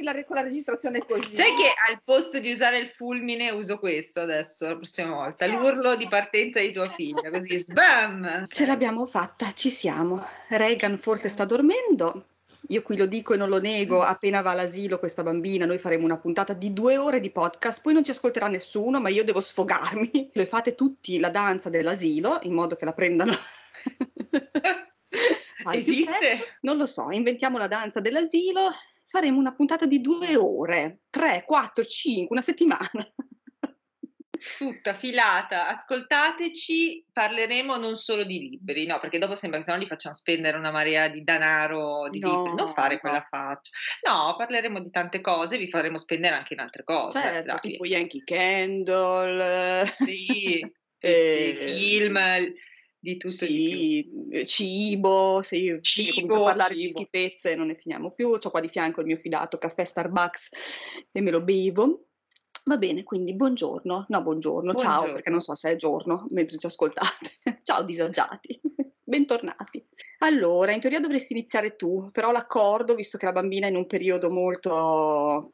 con la registrazione così. Sai che al posto di usare il fulmine uso questo adesso, la prossima volta, l'urlo di partenza di tua figlia, così sbam! Ce l'abbiamo fatta, ci siamo. Reagan forse sta dormendo. Io qui lo dico e non lo nego, appena va all'asilo questa bambina, noi faremo una puntata di 2 ore di podcast, poi non ci ascolterà nessuno, ma io devo sfogarmi. Le fate tutti la danza dell'asilo, in modo che la prendano. Esiste? Non lo so, inventiamo la danza dell'asilo, faremo una puntata di 2 ore, 3, 4, 5, una settimana. Tutta filata, ascoltateci, parleremo non solo di libri, no, perché dopo sembra che sennò gli facciamo spendere una marea di denaro di libri, non fare quella faccia. No, parleremo di tante cose, vi faremo spendere anche in altre cose. Certo, dai. tipo Yankee Candle, Sì, film, di tutto e di più. cibo, se io comincio a parlare di schifezze non ne finiamo più, c'ho qua di fianco il mio fidato caffè Starbucks e me lo bevo. Va bene, quindi buongiorno, ciao, perché non so se è giorno mentre ci ascoltate. Ciao disagiati, bentornati. Allora, in teoria dovresti iniziare tu, però l'accordo, visto che la bambina è in un periodo molto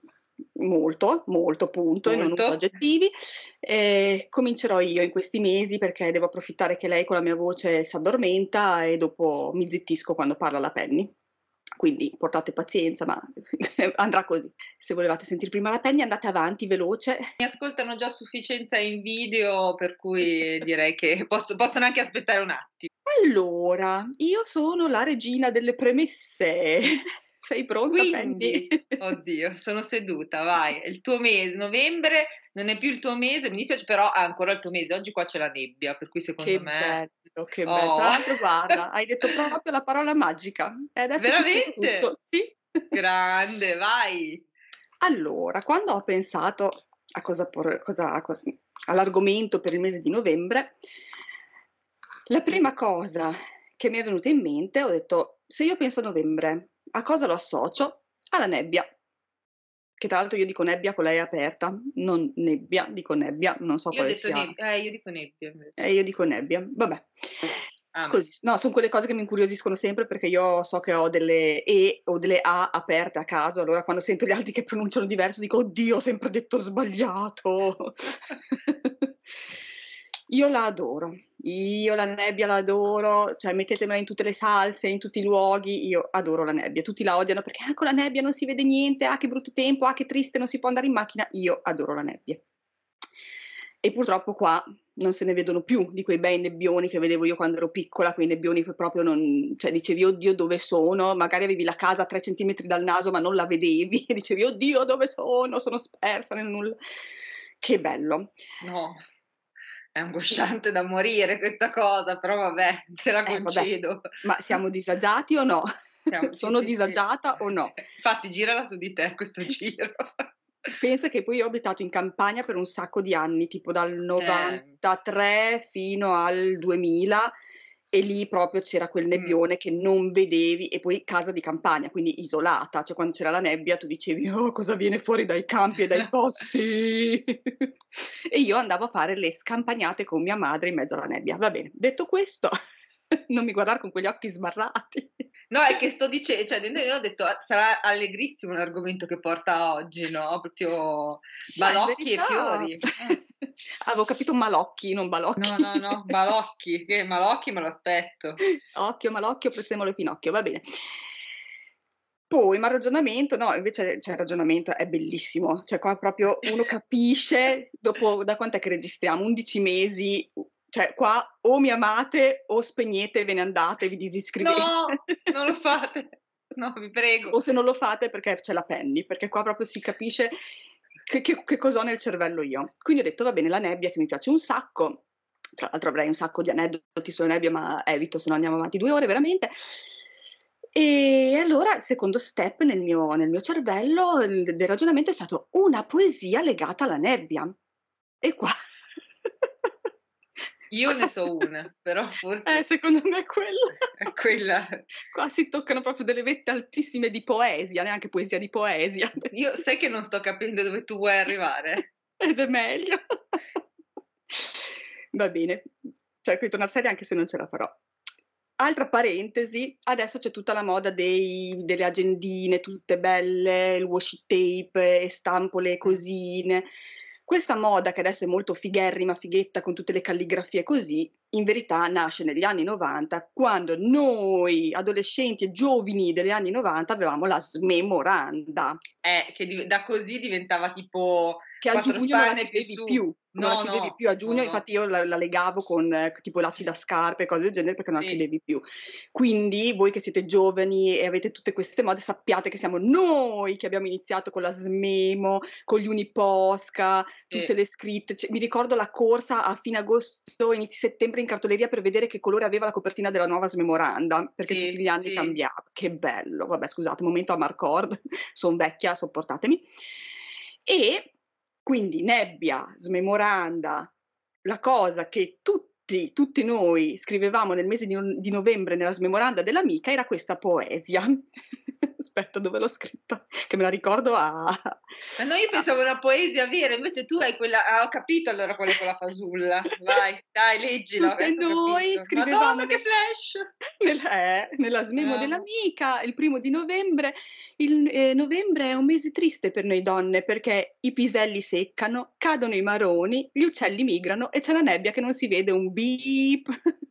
punto, e non uso aggettivi, comincerò io in questi mesi perché devo approfittare che lei con la mia voce si addormenta e dopo mi zittisco quando parla la Penny. Quindi portate pazienza, ma andrà così. Se volevate sentire prima la Penny andate avanti, veloce. Mi ascoltano già a sufficienza in video, per cui direi che possono anche aspettare un attimo. Allora, io sono la regina delle premesse. Sei pronta, Quindi, Penny? oddio, sono seduta, vai. È il tuo mese, novembre non è più il tuo mese, mi dispiace, però è ancora il tuo mese. Oggi qua c'è la nebbia, per cui secondo me... Che bello. Tra l'altro, guarda, hai detto proprio la parola magica. E adesso ci spiego Veramente? tutto. Sì. Grande, vai. Allora, quando ho pensato a all'argomento per il mese di novembre, la prima cosa che mi è venuta in mente, ho detto, se io penso a novembre, a cosa lo associo? Alla nebbia. Che tra l'altro io dico nebbia con la E aperta, non nebbia, dico nebbia, non so Io ho quale detto sia. nebbia, io dico nebbia. Io dico nebbia, vabbè. Così, no, sono quelle cose che mi incuriosiscono sempre perché io so che ho delle E o delle A aperte a caso, allora quando sento gli altri che pronunciano diverso dico, oddio, ho sempre detto sbagliato. Io la adoro, io la nebbia la adoro, cioè mettetemela in tutte le salse, in tutti i luoghi, io adoro la nebbia, tutti la odiano perché con la nebbia non si vede niente, che brutto tempo, che triste, non si può andare in macchina, io adoro la nebbia. E purtroppo qua non se ne vedono più di quei bei nebbioni che vedevo io quando ero piccola, quei nebbioni che proprio non, cioè dicevi oddio dove sono, magari avevi la casa a 3 centimetri dal naso ma non la vedevi e dicevi oddio dove sono spersa nel nulla. Che bello. No, è angosciante da morire questa cosa, però vabbè, te la concedo. Vabbè. Ma siamo disagiati o no? Sono disagiata o no? Infatti girala su di te questo giro. Pensa che poi io ho abitato in campagna per un sacco di anni, tipo dal 93 fino al 2000 e lì proprio c'era quel nebbione che non vedevi e poi casa di campagna, quindi isolata, cioè quando c'era la nebbia tu dicevi oh cosa viene fuori dai campi e dai fossi e io andavo a fare le scampagnate con mia madre in mezzo alla nebbia. Va bene, detto questo non mi guardare con quegli occhi sbarrati. No, è che sto dicendo, cioè dentro di me ho detto sarà allegrissimo l'argomento che porta oggi, no? Proprio balocchi e fiori. Avevo capito malocchi, non balocchi. No, balocchi, che malocchi me lo aspetto. Occhio, malocchio, prezzemolo e finocchio, va bene. Poi, ma il ragionamento, no, invece, cioè il ragionamento è bellissimo, cioè qua proprio uno capisce, dopo, da quant'è che registriamo? 11 mesi, cioè qua o mi amate o spegnete e ve ne andate, vi disiscrivete. No, non lo fate, no, vi prego. O se non lo fate perché c'è la Penny, perché qua proprio si capisce che cosa ho nel cervello io. Quindi ho detto, va bene, la nebbia che mi piace un sacco, tra l'altro avrei un sacco di aneddoti sulla nebbia, ma evito, se no andiamo avanti 2 ore veramente. E allora il secondo step nel mio cervello del ragionamento è stato una poesia legata alla nebbia. E qua Io ne so una, però forse secondo me è quella. è quella. Qua si toccano proprio delle vette altissime di poesia, neanche poesia di poesia. Io sai che non sto capendo dove tu vuoi arrivare? Ed è meglio. Va bene, cerco di tornar seria anche se non ce la farò. Altra parentesi, adesso c'è tutta la moda delle agendine tutte belle, il washi tape, e stampo le cosine. Questa moda, che adesso è molto figherrima, fighetta, con tutte le calligrafie così, in verità nasce negli anni '90, quando noi adolescenti e giovani degli anni '90 avevamo la smemoranda. Che da così diventava tipo Che a 4 giugno non la spanne più chiudevi su. più, non la No, chiudevi no, più a giugno, no, no. infatti io la legavo con tipo lacci da scarpe, cose del genere, perché non la Sì. chiudevi più. Quindi voi che siete giovani e avete tutte queste mode, sappiate che siamo noi che abbiamo iniziato con la Smemo, con gli Uniposca, tutte le scritte. Mi ricordo la corsa a fine agosto, inizi settembre in cartoleria per vedere che colore aveva la copertina della nuova Smemoranda, perché tutti gli anni Sì. cambiava. Che bello, vabbè scusate, momento Amarcord, son vecchia, sopportatemi. E quindi Nebbia, Smemoranda, la cosa che tutti noi scrivevamo nel mese di novembre nella Smemoranda dell'amica era questa poesia. Aspetta, dove l'ho scritta? Che me la ricordo Ma no, io pensavo una poesia vera, invece tu hai quella. Ho capito allora qual è quella fasulla. Vai, dai, leggila, Tutte adesso ho noi capito. scrivevamo Madonna che flash! nella Smemo Bravo. dell'amica, il 1° di novembre. Novembre è un mese triste per noi donne, perché i piselli seccano, cadono i maroni, gli uccelli migrano e c'è la nebbia che non si vede un beep.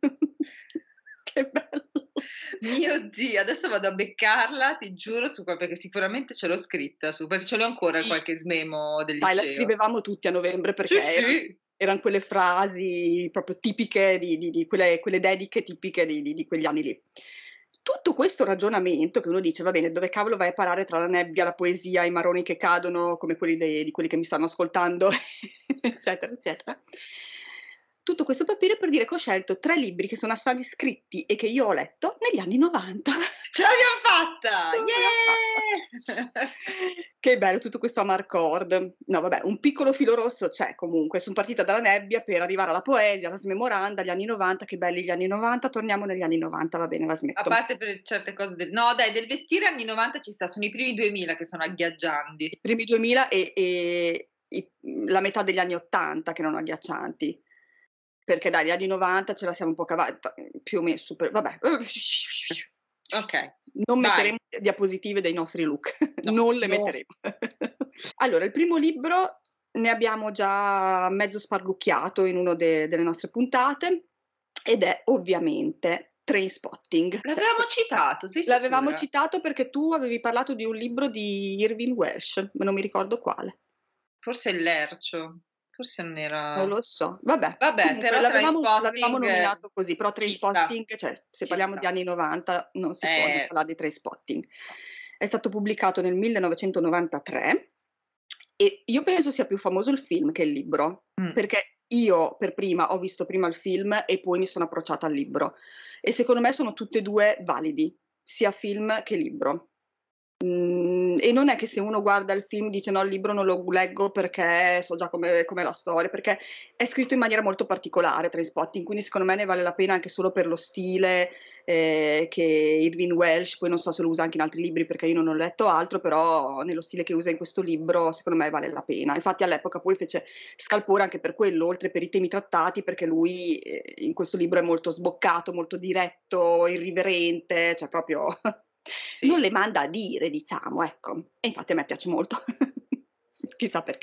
Che bello. Mio Dio, adesso vado a beccarla, ti giuro, perché sicuramente ce l'ho scritta su, perché ce l'ho ancora Sì. qualche smemo del Dai, la liceo. scrivevamo tutti a novembre Sì, perché sì. eran quelle frasi proprio tipiche di quelle dediche tipiche di quegli anni lì. Tutto questo ragionamento che uno dice: "Va bene, dove cavolo vai a parare tra la nebbia, la poesia, i maroni che cadono", come quelli di quelli che mi stanno ascoltando, eccetera, eccetera. Tutto questo per dire che ho scelto 3 libri che sono stati scritti e che io ho letto negli anni '90. Ce l'abbiam fatta! Ce l'abbiam fatta. Yeah! Che bello tutto questo Amarcord. No vabbè, un piccolo filo rosso c'è comunque. Son partita dalla nebbia per arrivare alla poesia, alla Smemoranda, agli anni '90, che belli gli anni '90, torniamo negli anni '90, va bene, la A smetto. parte per certe cose no dai, del vestire anni '90 ci sta, sono i primi 2000 che sono agghiaggianti. I primi 2000 la metà degli anni '80 che erano agghiaccianti. Perché dai, gli anni '90 ce la siamo un po' cavata, più o vabbè. Okay, Non vai. metteremo diapositive dei nostri look, No, non le no. metteremo. Allora, il primo libro ne abbiamo già mezzo sparlucchiato in uno delle nostre puntate ed è ovviamente Trainspotting. Cioè, L'avevamo citato, sei l'avevamo sicura? citato perché tu avevi parlato di un libro di Irving Welsh, ma non mi ricordo quale. Forse il Lercio, forse non Non era. lo so, vabbè. Vabbè, Comunque però l'avevamo Trainspotting nominato così, però ci sta, Trainspotting, cioè se ci parliamo di sta. anni '90 non si può non parlare di Trainspotting. È stato pubblicato nel 1993 e io penso sia più famoso il film che il libro, Mh. perché io per prima ho visto prima il film e poi mi sono approcciata al libro e secondo me sono tutti e 2 validi, sia film che libro. E non è che se uno guarda il film dice: "No, il libro non lo leggo perché so già com'è la storia", perché è scritto in maniera molto particolare Trainspotting, quindi secondo me ne vale la pena anche solo per lo stile, che Irving Welsh, poi non so se lo usa anche in altri libri perché io non ho letto altro, però nello stile che usa in questo libro secondo me vale la pena. Infatti all'epoca poi fece scalpore anche per quello, oltre per i temi trattati, perché lui, in questo libro è molto sboccato, molto diretto, irriverente, cioè proprio non Sì. le manda a dire, diciamo, ecco. E infatti a me piace molto. Chissà perché.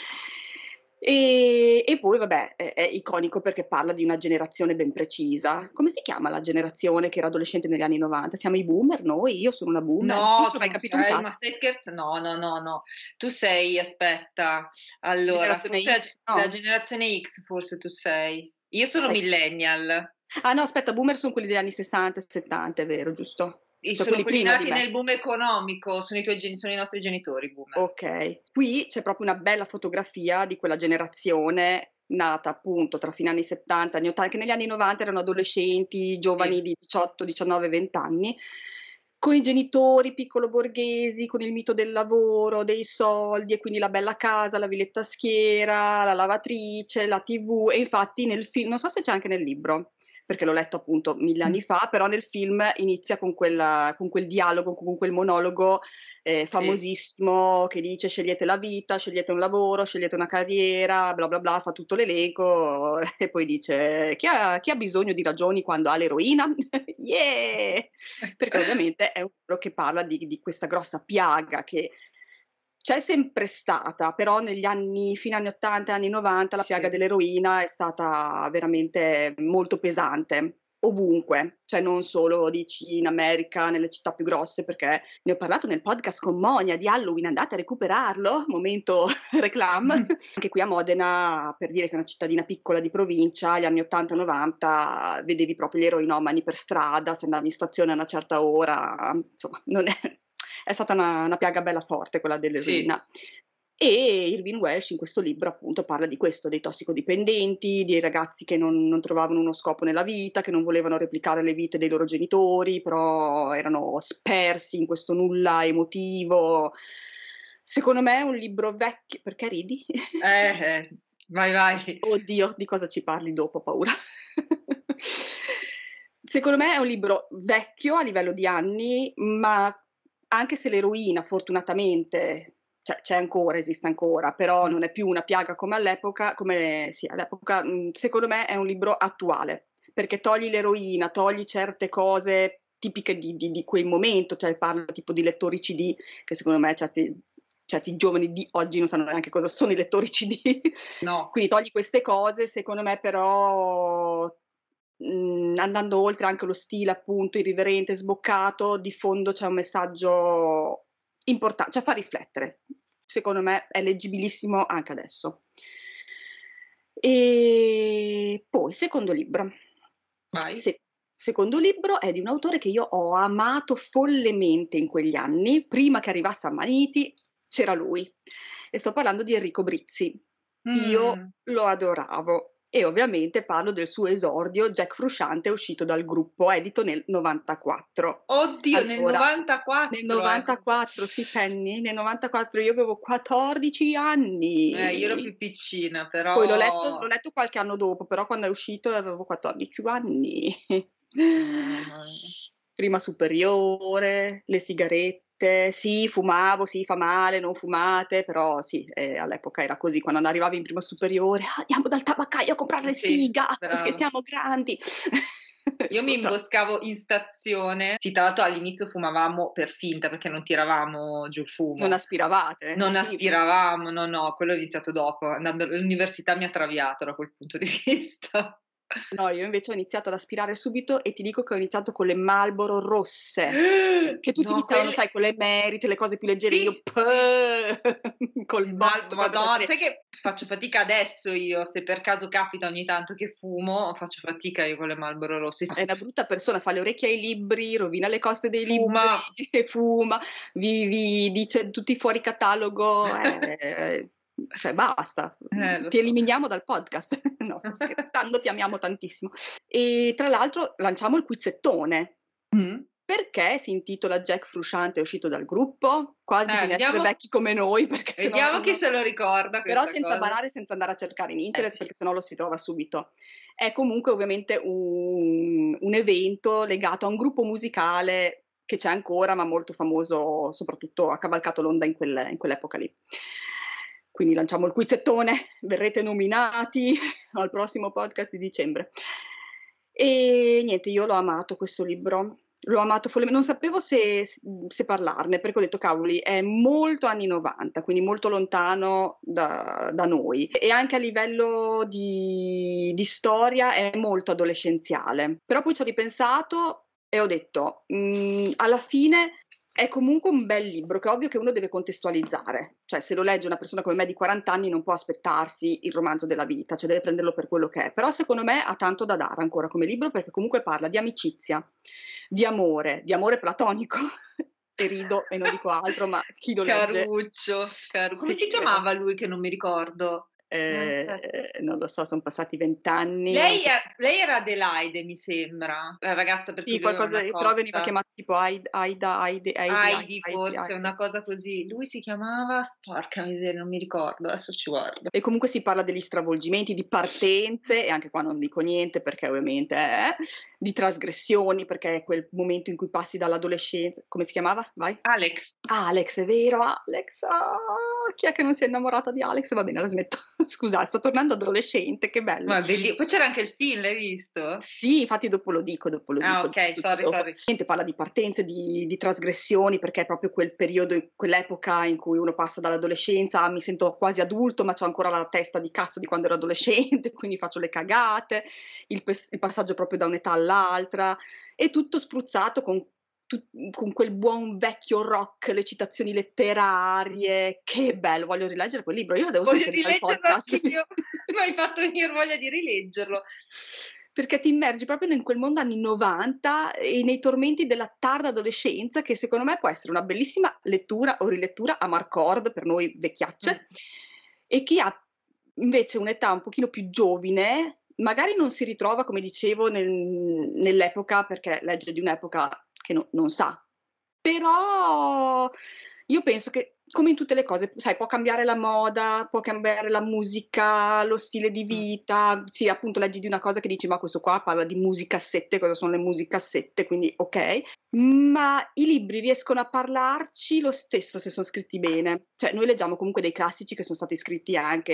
E poi vabbè, è iconico perché parla di una generazione ben precisa. Come si chiama la generazione che era adolescente negli anni '90? Siamo i boomer noi? Io sono una boomer? Non No, ci ho tu mai non capito un sei, ma cazzo. stai no, no, no, no. Tu sei, aspetta, allora, Generazione forse X, la no? generazione X forse tu sei. Io Ma sono sai, millennial. ah no, aspetta, boomer son quelli degli anni '60 e '70, è vero, giusto? Cioè Sono quelli quelli prima di nati me. nel boom economico, sono i nostri genitori boomer. Okay. Qui c'è proprio una bella fotografia di quella generazione nata appunto tra fine anni '70, anni '80, che negli anni '90 erano adolescenti, giovani Sì. di 18, 19, 20 anni, con i genitori piccolo borghesi, con il mito del lavoro, dei soldi e quindi la bella casa, la villetta a schiera, la lavatrice, la TV e infatti nel film non so se c'è anche nel libro, perché l'ho letto appunto 1000 anni fa, però nel film inizia con quel dialogo, con quel monologo famosissimo che dice scegliete la vita, scegliete un lavoro, scegliete una carriera, bla bla bla, fa tutto l'elenco e poi dice chi ha bisogno di ragioni quando ha l'eroina? Yeah! Perché ovviamente è un libro che parla di questa grossa piaga che c'è sempre stata, però fine anni '80 e anni '90 la piaga Sì. dell'eroina è stata veramente molto pesante, ovunque, cioè non solo dici in America, nelle città più grosse, perché ne ho parlato nel podcast con Monia di Halloween, andate a recuperarlo, momento reclam. Anche qui a Modena, per dire che è una cittadina piccola di provincia, agli anni '80 e '90 vedevi proprio gli eroinomani per strada, se andavi in stazione a una certa ora, insomma, non è stata una piaga bella forte quella Sì. dell'eroina. E Irvine Welsh in questo libro appunto parla di questo, dei tossicodipendenti, dei ragazzi che non trovavano uno scopo nella vita, che non volevano replicare le vite dei loro genitori, però erano spersi in questo nulla emotivo. Secondo me è un libro vecchio. Perché ridi? Vai, vai. Oddio, di cosa ci parli dopo? Ho paura. Secondo me è un libro vecchio a livello di anni, ma anche se l'eroina fortunatamente c'è ancora, esiste ancora, però non è più una piaga come all'epoca, secondo me è un libro attuale, perché togli l'eroina, togli certe cose tipiche di quel momento, cioè parla tipo di lettori CD, che secondo me certi giovani di oggi non sanno neanche cosa sono i lettori CD. No. Quindi togli queste cose, secondo me però andando oltre anche lo stile appunto irriverente, sboccato, di fondo c'è un messaggio cioè fa riflettere. Secondo me è leggibilissimo anche adesso. E poi secondo libro. Vai. Secondo libro è di un autore che io ho amato follemente in quegli anni, prima che arrivasse a Maniti c'era lui, e sto parlando di Enrico Brizzi. Io lo adoravo e ovviamente parlo del suo esordio Jack Frusciante, uscito dal gruppo, edito nel '94. Oddio, nel Allora, 94, nel '94, sì Penny, nel '94 io avevo 14 anni. Io ero più piccina, Poi l'ho però letto qualche anno dopo, però quando è uscito avevo 14 anni. mamma mia. Prima superiore, le sigarette, sì, fumavo, sì, fa male, non fumate, però sì, all'epoca era così, quando arrivavi in prima superiore: "Ah, andiamo dal tabaccaio a comprare le Sì, siga, perché brava. siamo grandi." Io mi Purtroppo imboscavo in stazione. Sì, tra l'altro all'inizio fumavamo per finta, perché non tiravamo giù il non fumo. aspiravate? Non Sì. aspiravamo, no, quello è iniziato dopo. Andando all'università mi ha traviato da quel punto di vista. No, io invece ho iniziato ad aspirare subito e ti dico che ho iniziato con le Marlboro rosse, che tutti No, iniziavano, quelle sai, con le Merit, le cose più leggere, io sì, sì. col botto proprio da Sai che faccio fatica adesso io, se per caso capita ogni tanto che fumo, faccio fatica io con le Marlboro rosse. è una brutta persona, fa le orecchie ai libri, rovina le coste dei libri, Fuma. fuma, vi dice tutti fuori catalogo, cioè basta, Lo ti so. eliminiamo dal podcast. No, sto scherzando, ti amiamo tantissimo. E tra l'altro lanciamo il quizzettone. Mh. Perché si intitola Jack Frusciante è uscito dal gruppo? Qua bisogna essere Vediamo vecchi come noi perché sennò vediamo chi no, se lo ricorda però questa senza cosa. barare, senza andare a cercare in internet Sì. perché sennò lo si trova subito. È comunque ovviamente un evento legato a un gruppo musicale che c'è ancora, ma molto famoso, soprattutto ha cavalcato l'onda in quell'epoca lì. Quindi lanciamo il quizzettone, verrete nominati al prossimo podcast di dicembre. E niente, io l'ho amato questo libro. L'ho amato non sapevo se parlarne, perché ho detto: "Cavoli, è molto anni '90, quindi molto lontano da noi". E anche a livello di storia è molto adolescenziale. Però poi ci ho ripensato e ho detto: alla fine è comunque un bel libro, che è ovvio che uno deve contestualizzare. Cioè, se lo legge una persona come me di 40 anni non può aspettarsi il romanzo della vita, cioè deve prenderlo per quello che è. Però secondo me ha tanto da dare ancora come libro, perché comunque parla di amicizia, di amore platonico, e rido e non dico altro, ma chi lo legge Caruccio, come sì, si chiamava lui che non mi ricordo? Certo. non lo so, son passati 20 anni Lei anche. lei era Adelaide, mi sembra, la ragazza per cui Sì, lui aveva qualcosa una però veniva cotta. chiamata tipo Aida, Heidi forse, Heidi. una cosa così. Lui si chiamava porca miseria, non mi ricordo, adesso ci guardo. E comunque si parla degli stravolgimenti, di partenze, e anche qua non dico niente perché ovviamente di trasgressioni, perché è quel momento in cui passi dall'adolescenza, come si chiamava? Vai. Alex. Alex, è vero, Alex. Chi è che non si è innamorata di Alex? Va bene, la smetto. Scusa, sto tornando adolescente, che bello. Ma poi c'era anche il film, l'hai visto? Sì, infatti dopo lo dico, Ah dico okay, tutto sorry, dopo. sorry. Niente, parla di partenze, di trasgressioni, perché è proprio quel periodo, quell'epoca in cui uno passa dall'adolescenza a: "Mi sento quasi adulto, ma c'ho ancora la testa di cazzo di quando ero adolescente, quindi faccio le cagate", il passaggio proprio da un'età all'altra, e tutto spruzzato con quel buon vecchio rock, le citazioni letterarie. Che bello, voglio rileggere quel libro. Io lo devo Voglio smettere di fare il rileggerlo podcast. anch'io, m'hai fatto venir voglia di rileggerlo. Perché ti immergi proprio in quel mondo anni '90 e nei tormenti della tarda adolescenza, che secondo me può essere una bellissima lettura o rilettura a Marcord, per noi Mh. vecchiacce, e chi ha invece un'età un pochino più giovine, magari non si ritrova, come dicevo, nell'epoca, perché legge di un'epoca che non sa. Però io penso che, come in tutte le cose, sai, può cambiare la moda, può cambiare la musica, lo stile di Mh. vita. Sì, appunto leggi di una cosa che dici: "Ma questo qua parla di musicassette, cosa sono le musicassette?" Quindi okay. Ma i libri riescono a parlarci lo stesso se son scritti bene. Cioè, noi leggiamo comunque dei classici che son stati scritti anche,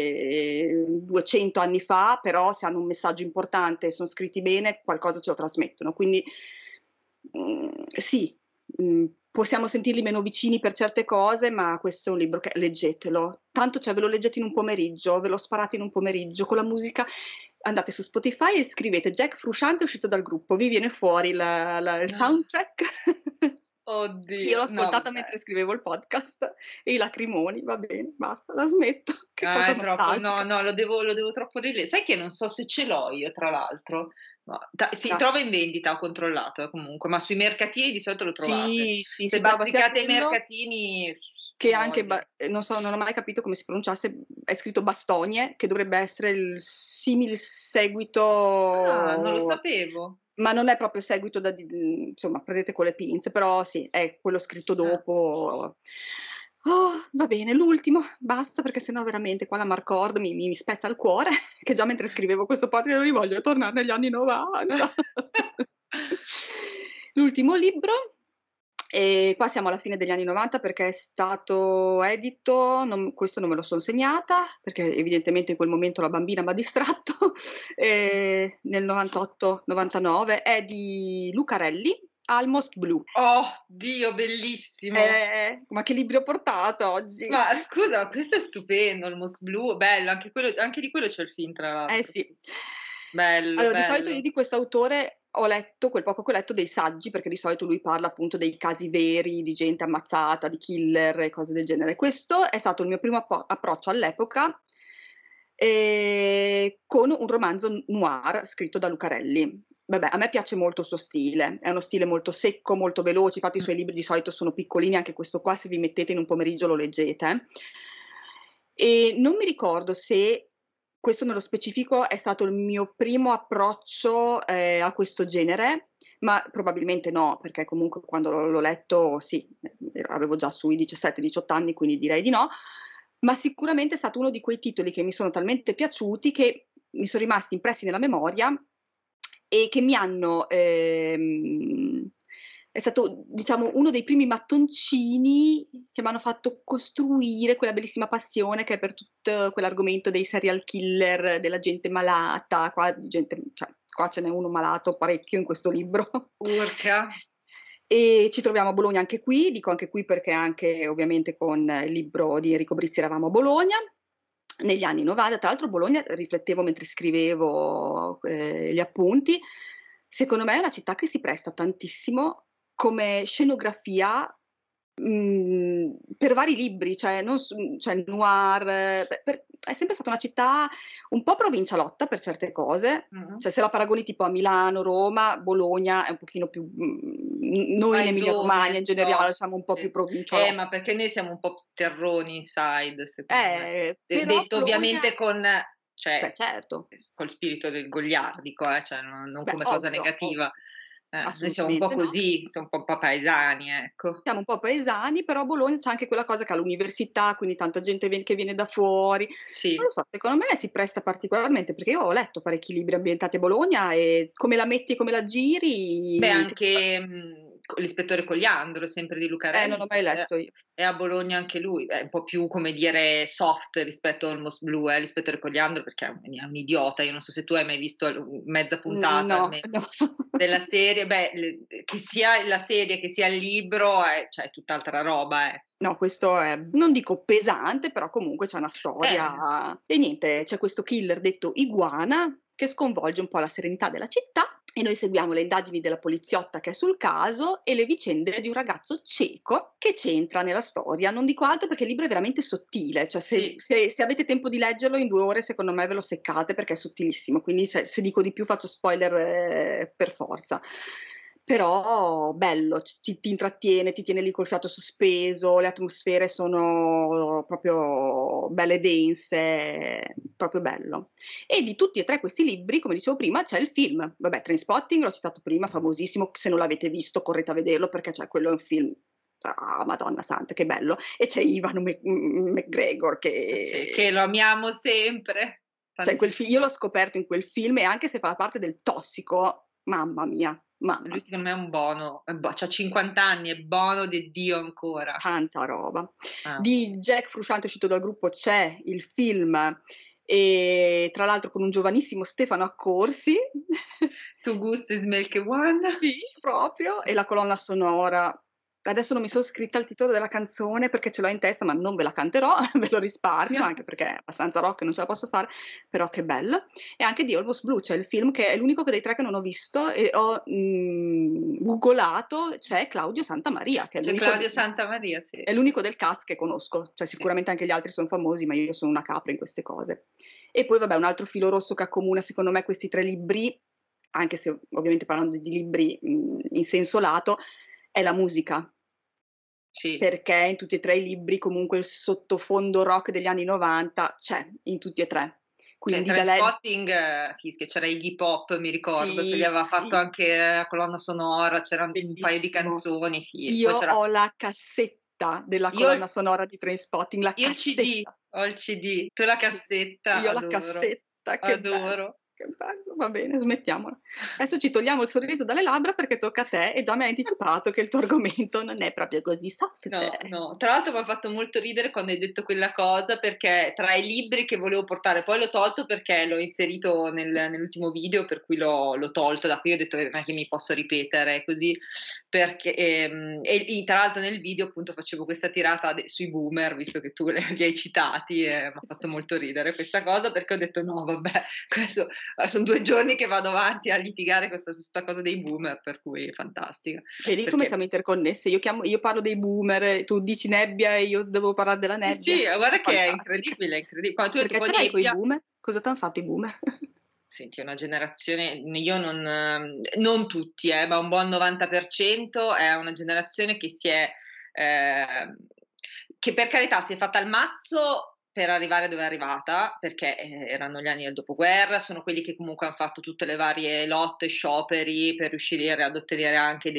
200 anni fa, però se hanno un messaggio importante e son scritti bene, qualcosa ce lo trasmettono. Quindi, sì, possiamo sentirli meno vicini per certe cose, ma questo è un libro che leggetelo. Tanto, cioè, ve lo leggete in un pomeriggio, ve lo sparate in un pomeriggio con la musica. Andate su Spotify e scrivete Jack Frusciante è uscito dal gruppo, vi viene fuori il soundtrack. Io Oddio, l'ho no ascoltata vabbè. mentre scrivevo il podcast e i lacrimoni, va bene, basta, la smetto. Che cosa È troppo no, nostalgica. no, lo devo troppo sai che non so se ce l'ho io tra l'altro? Ma si Ca trova in vendita, ho controllato comunque, ma sui mercatini di solito lo trovate. Sì, sì, Se si trova sia bazzicate ai quello mercatini che anche voglia. non so, non ho mai capito come si pronunciasse, è scritto Bastogne, che dovrebbe essere il simil Ah, non lo seguito, sapevo. ma non è proprio seguito insomma, prendete con le pinze, però sì, è quello scritto Ah. dopo. Oh, va bene, l'ultimo, basta, perché sennò veramente qua la Marcord mi spezza il cuore, che già mentre scrivevo questo podcast non voglio tornare negli anni '90. L'ultimo libro, e qua siamo alla fine degli anni '90 perché è stato edito, questo non me lo son segnata, perché evidentemente in quel momento la bambina m'ha distratto, nel '98, '99, è di Lucarelli, Almost Blue. Oh, Dio, bellissimo. Ma che libri ho portato oggi? Ma scusa, ma questo è stupendo, il Moss Blu, bello, anche di quello c'è il film tra Eh l'altro. sì. Bello, Allora, di solito io bello. di quest'autore ho letto, quel poco che ho letto, dei saggi, perché di solito lui parla appunto dei casi veri, di gente ammazzata, di killer e cose del genere. Questo è stato il mio primo approccio all'epoca, con un romanzo noir scritto da Lucarelli. Vabbè, a me piace molto il suo stile, è uno stile molto secco, molto veloce, infatti i Mh. suoi libri di solito sono piccolini, anche questo qua se vi mettete in un pomeriggio lo leggete. E non mi ricordo se questo nello specifico è stato il mio primo approccio, a questo genere, ma probabilmente no, perché comunque quando l'ho letto sì, avevo già sui 17, 18 anni, quindi direi di no, ma sicuramente è stato uno di quei titoli che mi sono talmente piaciuti che mi son rimasti impressi nella memoria e che mi hanno è stato, diciamo, uno dei primi mattoncini che m'hanno fatto costruire quella bellissima passione che è per tutto quell'argomento dei serial killer, della gente malata, qua ce n'è uno malato parecchio in questo libro. Urca. E ci troviamo a Bologna anche qui, dico anche qui perché anche ovviamente con il libro di Enrico Brizzi eravamo a Bologna, negli anni '90. Tra l'altro Bologna, riflettevo mentre scrivevo, gli appunti, secondo me è una città che si presta tantissimo come scenografia, per vari libri, cioè cioè noir, è sempre stata una città un po' provincialotta per certe cose, Mh-mh. cioè se la paragoni tipo a Milano, Roma, Bologna è un pochino più, noi in Emilia Romagna in generale siamo un po' sì. più provinciolotti. Ma perché noi siamo un po' più terroni inside, secondo me. Però Detto ovviamente con cioè, beh certo. col spirito del goliardico, cioè non Beh, come cosa ovvio, negativa. Noi siamo un po' assolutamente no. così, siamo un po' paesani, ecco. Siamo un po' paesani, però a Bologna c'è anche quella cosa che ha l'università, quindi tanta gente che viene da fuori. Non Sì. lo so, secondo me si presta particolarmente, perché io ho letto parecchi libri ambientati a Bologna e come la metti e come la Beh, giri anche, l'ispettore Cogliandro, sempre di non Lucarelli, l'ho mai letto io. è a Bologna anche lui. È un po' più, come dire, soft rispetto a Olmos Blu, l'ispettore Cogliandro, perché è un idiota. Io non so se tu hai mai visto mezza puntata No, almeno no. della serie. Beh, che sia la serie, che sia il libro, cioè è tutt'altra roba, No, questo è non dico pesante, però comunque c'è una Eh, storia e niente, c'è questo killer detto Iguana che sconvolge un po' la serenità della città e noi seguiamo le indagini della poliziotta che è sul caso e le vicende di un ragazzo cieco che c'entra nella storia. Non dico altro perché il libro è veramente sottile, cioè sì. se avete tempo di leggerlo in 2 ore secondo me ve lo seccate perché è sottilissimo, quindi se dico di più faccio spoiler, per forza. Però bello, ti intrattiene, ti tiene lì col fiato sospeso, le atmosfere sono proprio belle dense, proprio bello. E di tutti e 3 questi libri, come dicevo prima, c'è il film. Vabbè, Trainspotting l'ho citato prima, famosissimo, se non l'avete visto correte a vederlo perché quello è un film, Madonna santa, che bello. E c'è Ivan McGregor Sì, che che lo amiamo sempre, cioè in quel io l'ho tantissimo. scoperto in quel film e anche se fa la parte del tossico, mamma mia, Lui mamma. secondo me è un bono, c'ha 50 anni, è bono de Dio ancora. Tanta roba. Mamma Di mia. Jack Frusciante uscito dal gruppo c'è il film, tra l'altro con un giovanissimo Stefano Accorsi. Tu Gust smell che one. Sì, proprio, e la colonna sonora. Adesso non mi son scritta il titolo della canzone perché ce l'ho in testa, ma non ve la canterò, ve lo risparmio, anche perché è abbastanza rock e non ce la posso fare, però che bello. E anche di Almost Blue, cioè il film che è l'unico dei 3 che non ho visto e ho, googolato, c'è Claudio Santamaria, che C'è Claudio Santamaria, sì. è l'unico del cast che conosco, cioè Sì. sicuramente anche gli altri son famosi, ma io sono una capra in queste cose. E poi vabbè un altro filo rosso che accomuna secondo me questi 3 libri, anche se ovviamente parlando di libri, in senso lato, è la musica, Sì. perché in tutti e 3 i libri comunque il sottofondo rock degli anni '90 c'è, in tutti e 3. Quindi da lei Trainspotting, fischia, c'era Iggy Pop, mi ricordo, che gli sì, aveva fatto sì, anche la colonna sonora, c'eran un paio di bellissimo. canzoni, Io poi c'era ho la cassetta della io colonna sonora di Trainspotting, la io il CD, cassetta. ho il CD, tu la Che cassetta, io ho la adoro, cassetta, adoro. che bello, va bene, smettiamola. Adesso ci togliamo il sorriso dalle labbra perché tocca a te e già mi hai anticipato che il tuo argomento non è proprio così soft. No, no. Tra l'altro m'ha fatto molto ridere quando hai detto quella cosa, perché tra i libri che volevo portare poi l'ho tolto perché l'ho inserito nell'ultimo video, per cui l'ho tolto da qui, ho detto: non è che mi posso ripetere così", perché tra l'altro nel video appunto facevo questa tirata sui boomer, visto che tu li hai citati e m'ha fatto molto ridere questa cosa, perché ho detto: "No vabbè, questo son 2 giorni che vado avanti a litigare su 'sta cosa dei boomer", per cui fantastica. Vedi come Perché siamo interconnesse? Io parlo dei boomer, tu dici nebbia e io devo parlare della sì, nebbia, sì, cioè guarda che è fantastica. incredibile, quando tu hai Perché tipo ce l'hai coi nebbia. boomer? Cosa t'han fatto i boomer? Senti, è una generazione, io non tutti, ma un buon 90% è una generazione ehm, che per carità si è fatta il mazzo per arrivare dove è arrivata, perché, erano gli anni del dopoguerra, sono quelli che comunque han fatto tutte le varie lotte, scioperi per riuscire ad ottenere anche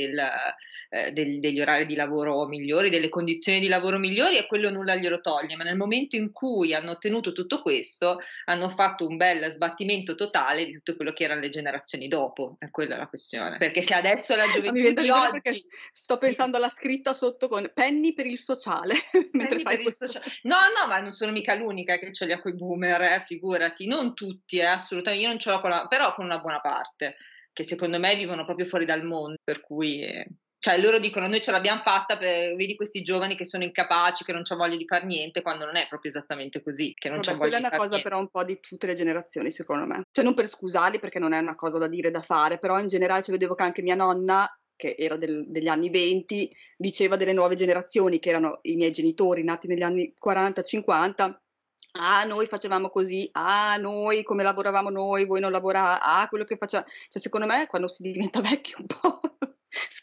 degli orari di lavoro migliori, delle condizioni di lavoro migliori, e quello nulla glielo toglie, ma nel momento in cui hanno ottenuto tutto questo, hanno fatto un bel sbattimento totale di tutto quello che eran le generazioni dopo, è quella la questione. Perché se adesso la Ma mi gioventù vien da di ridere perché oggi sto di pensando alla scritta sotto con penny per il sociale mentre Penny fai per il questo. socia no, no, ma non sono mica l'unica che ce li ha coi boomer, figurati. Non tutti, io non ce l'ho però con una buona parte, che secondo me vivono proprio fuori dal mondo, per cui cioè loro dicono: "Noi ce l'abbiam fatta vedi questi giovani che sono incapaci, che non c'han voglia di far niente", quando non è proprio esattamente così, che non c'han Vabbè, quella voglia è di una far cosa niente. però un po' di tutte le generazioni secondo me. Cioè non per scusarli perché non è una cosa da dire e da fare, però in generale cioè vedevo che anche mia nonna, che era degli anni '20, diceva delle nuove generazioni, che erano i miei genitori nati negli anni '40, '50: "Ah, noi facevamo così, ah, noi come lavoravamo noi, voi non quello che faceva" cioè secondo me quando si diventa vecchi un po'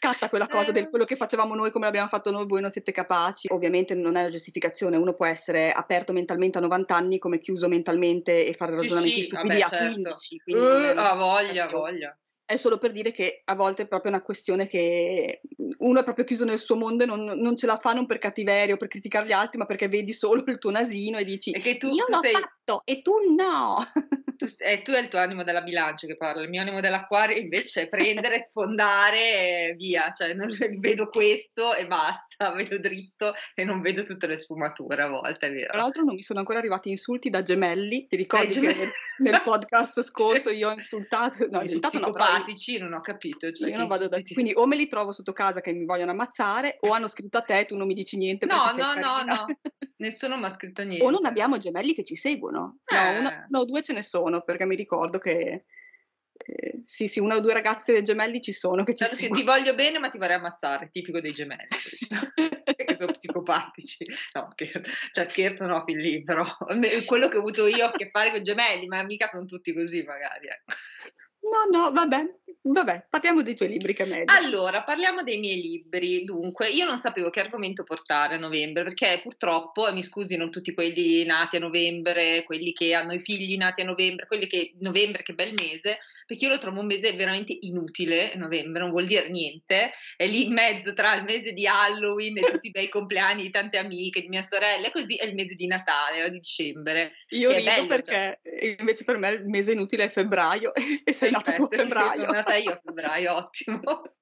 scatta quella cosa del quello che facevamo noi, come l'abbiamo fatto noi, voi non siete capaci. Ovviamente non è una giustificazione, uno può essere aperto mentalmente a 90 anni come chiuso mentalmente e fare Sì, ragionamenti sì, stupidi vabbè, a certo. 15, quindi non è una Ha voglia, ha giustificazione. voglia. È solo per dire che a volte è proprio una questione che uno è proprio chiuso nel suo mondo e non ce la fa non per cattiveria o per criticare gli altri, ma perché vedi solo il tuo nasino e dici: E che "Io tu l'ho sei fatto e tu no". tu hai il tuo animo della bilancia che parla, il mio animo dell'acquario invece è prendere, sfondare e via, cioè non vedo questo e basta, vedo dritto e non vedo tutte le sfumature a volte, è Tra vero. l'altro non mi sono ancora arrivati insulti da gemelli. Ti Dai ricordi geme che nel podcast scorso Sì. io ho insultato no, Degli insultato no, però i psicopatici, non ho capito, cioè io che non vado da insulti ti quindi o me li trovo sotto casa che mi vogliono ammazzare, o hanno scritto a te e tu non mi dici niente perché no, sei no, no, carina. no, nessuno m'ha scritto O non niente. abbiamo gemelli che ci seguono. No, 1 Eh. o 2 ce ne sono, perché mi ricordo che sì, sì, 1 o 2 ragazze gemelli ci sono che ci Dato che ti seguono. voglio bene, ma ti vorrei ammazzare, tipico dei gemelli questo, che so' psicopatici. No scherzo no, fin lì, però quello che ho avuto io a che fare coi gemelli, ma mica son tutti così magari, ecco. No, no, vabbè, parliamo dei tuoi libri, che è meglio. Allora, parliamo dei miei libri. Dunque, io non sapevo che argomento portare a novembre, perché purtroppo, e mi scusino tutti quelli nati a novembre, quelli che hanno i figli nati a novembre, quelli che novembre che bel mese, perché io lo trovo un mese veramente inutile, novembre, non vuol dire niente, è lì in mezzo tra il mese di Halloween e tutti i bei compleanni di tante amiche, di mia sorella, e così è il mese di Natale o di dicembre, Io che è rido bello, cioè perché invece per me il mese inutile è febbraio e sei nata tu a perfetto, che sono febbraio. nata io a febbraio, ottimo.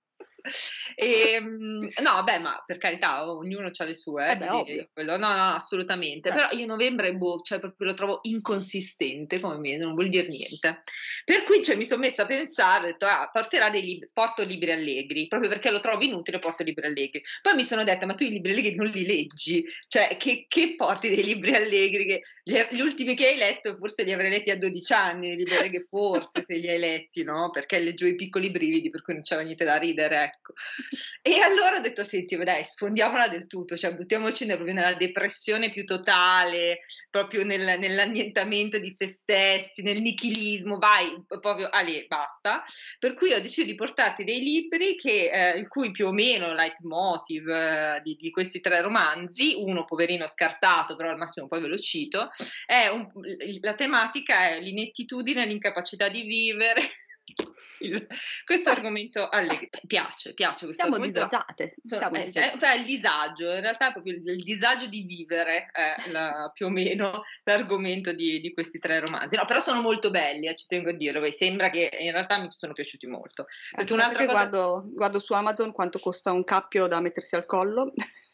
No vabbè, ma per carità, ognuno c'ha le sue, Eh beh, di ovvio. quello no, no, assolutamente. Però io novembre, boh, cioè proprio lo trovo inconsistente come mese, non vuol dir niente. Per cui, cioè, mi son messa a pensare, ho detto: "Ah, porterà dei porto libri allegri", proprio perché lo trovo inutile porto libri allegri. Poi mi sono detta: "Ma tu i libri allegri non li leggi? Cioè, che porti dei libri allegri che gli ultimi che hai letto forse li avrei letti a 12 anni, i libri allegri forse se li hai letti, no, perché leggevo I Piccoli Brividi, per cui non c'era niente da ridere, ecco. E allora ho detto: "Senti, ma dai, sfondiamola del tutto, cioè buttiamoci proprio nella depressione più totale, proprio nell'annientamento di se stessi, nel nichilismo, vai, proprio allì, basta". Per cui ho deciso di portarti dei libri che il cui più o meno leitmotiv di questi 3 romanzi, uno poverino scartato, però al massimo poi ve lo cito, è la tematica è l'inettitudine e l'incapacità di vivere. Il Questo Beh, argomento piace questo siamo argomento, disagiate, siamo disagiate. il disagio, in realtà è proprio il disagio di vivere è più o meno l'argomento di questi 3 romanzi. No, però sono molto belli, ci tengo a dirlo, sembra che in realtà mi sono piaciuti molto. Perché Aspetta un'altra che cosa. guardo su Amazon quanto costa un cappio da mettersi al collo.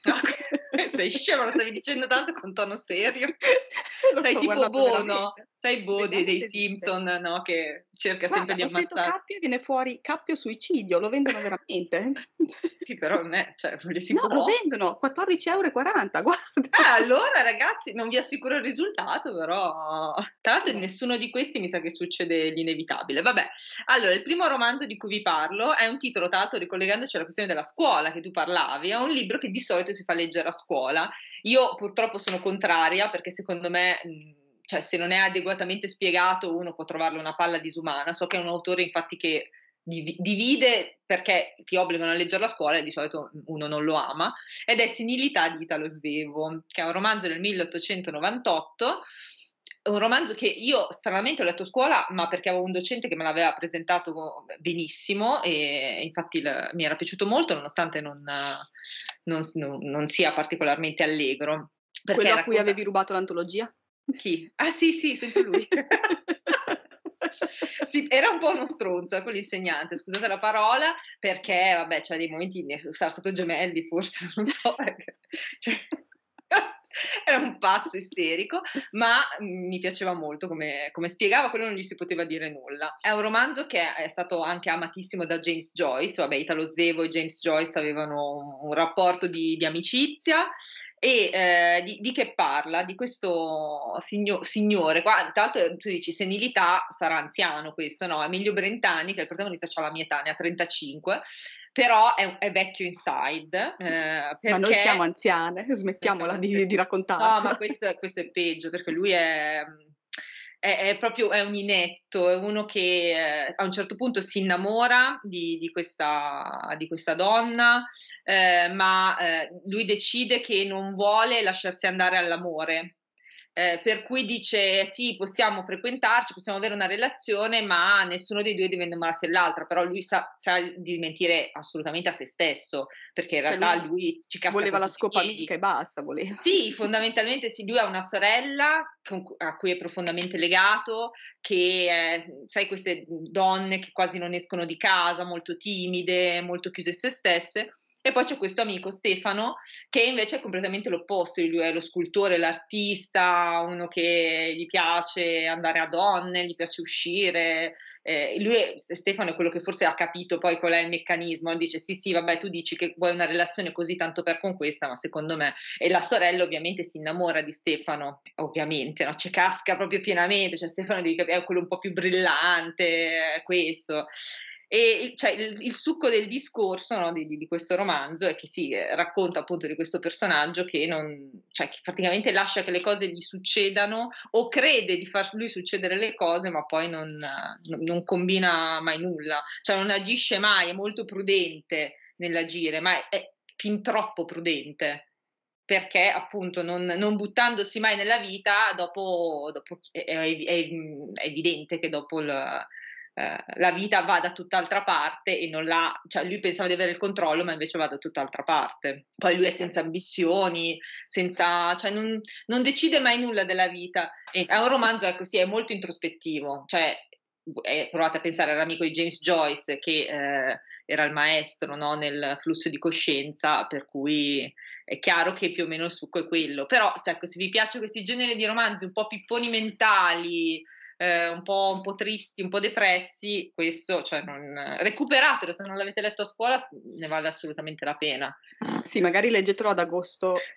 Sei scema, lo stavi dicendo tanto con tono serio. Lo Sei sto tipo guardando Bo, no, veramente. sai Bo Vediamo dei se esiste. Simpson, no, che cerca sempre Guarda, di ho scritto ammazzarsi. cappio e viene fuori cappio suicidio, lo vendono veramente? Sì, però non è, cioè si No, lo può. vendono, 14,40 € guarda. Allora ragazzi, non vi assicuro il risultato, però tra l'altro in Vabbè, nessuno di questi mi sa che succede l'inevitabile. Vabbè, allora il primo romanzo di cui vi parlo è un titolo, tra l'altro ricollegandoci alla questione della scuola che tu parlavi, è un libro che di solito si fa leggere a scuola. Io purtroppo sono contraria perché secondo me, cioè se non è adeguatamente spiegato uno può trovarlo una palla disumana. So che è un autore infatti che divide perché ti obbligano a leggerlo a scuola e di solito uno non lo ama, ed è Senilità di Italo Svevo, che è un romanzo del 1898, un romanzo che io stranamente ho letto a scuola, ma perché avevo un docente che me l'aveva presentato benissimo e infatti mi era piaciuto molto nonostante non sia particolarmente allegro, quello perché a cui racconta. avevi rubato l'antologia? Chi? Ah sì, sì, sempre lui. Sì, era un po' uno stronzo, quell'insegnante, scusate la parola, perché vabbè, c'ha dei momenti sarà stato Gemelli forse, non so perché, cioè era un pazzo isterico, ma mi piaceva molto come spiegava, quello non gli si poteva dire nulla. È un romanzo che è stato anche amatissimo da James Joyce, vabbè Italo Svevo e James Joyce avevano un rapporto di amicizia e di che parla? Di questo signore qua, tra l'altro tu dici senilità, sarà anziano questo, no, Emilio Brentani, che è il protagonista, c'ha la mia età, ne ha 35, però è vecchio inside, Ma noi siamo perché anziane, noi siamo smettiamola anzi di no, raccontarcela. ma questo è peggio, perché lui è è proprio è un inetto, è uno che, a un certo punto si innamora di questa donna, ma, lui decide che non vuole lasciarsi andare all'amore. Per cui dice: "Sì, possiamo frequentarci, possiamo avere una relazione, ma nessuno dei 2 deve innamorarsi dell'altra", però lui sa di mentire assolutamente a se stesso, perché in Cioè realtà lui lui ci casca voleva con la tutti i scopamica piedi. e basta, voleva. Sì, fondamentalmente sì, lui ha una sorella a cui è profondamente legato, che è sai queste, donne che quasi non escono di casa, molto timide, molto chiuse in se stesse, e poi c'è questo amico Stefano, che invece è completamente l'opposto, lui è lo scultore, l'artista, uno che gli piace andare a donne, gli piace uscire, Stefano è quello che forse ha capito poi qual è il meccanismo, dice: "Sì, sì, vabbè, tu dici che vuoi una relazione così tanto per conquista, ma secondo me", e la sorella ovviamente si innamora di Stefano, ovviamente, no, ci casca proprio pienamente, cioè Stefano devi capi è quello un po' più brillante, è questo. E cioè il succo del discorso, no, di questo romanzo è che si, racconta appunto di questo personaggio che non cioè che praticamente lascia che le cose gli succedano o crede di far lui succedere le cose, ma poi non combina mai nulla, cioè non agisce mai, è molto prudente nell'agire, ma è fin troppo prudente. Perché appunto non buttandosi mai nella vita dopo è evidente che dopo la vita va da tutt'altra parte e non l'ha cioè lui pensava di avere il controllo, ma invece va da tutt'altra parte. Poi lui è senza ambizioni, senza cioè non decide mai nulla della vita. È un romanzo, ecco sì, è molto introspettivo, cioè provate a pensare all'amico di James Joyce che, era il maestro, no, nel flusso di coscienza, per cui è chiaro che più o meno il succo è quello. Però s ecco, se vi piace questi generi di romanzi un po' pipponi mentali, un po' tristi, un po' depressi, questo cioè non recuperatelo, se non l'avete letto a scuola ne vale assolutamente la pena. Sì, magari leggetelo ad agosto.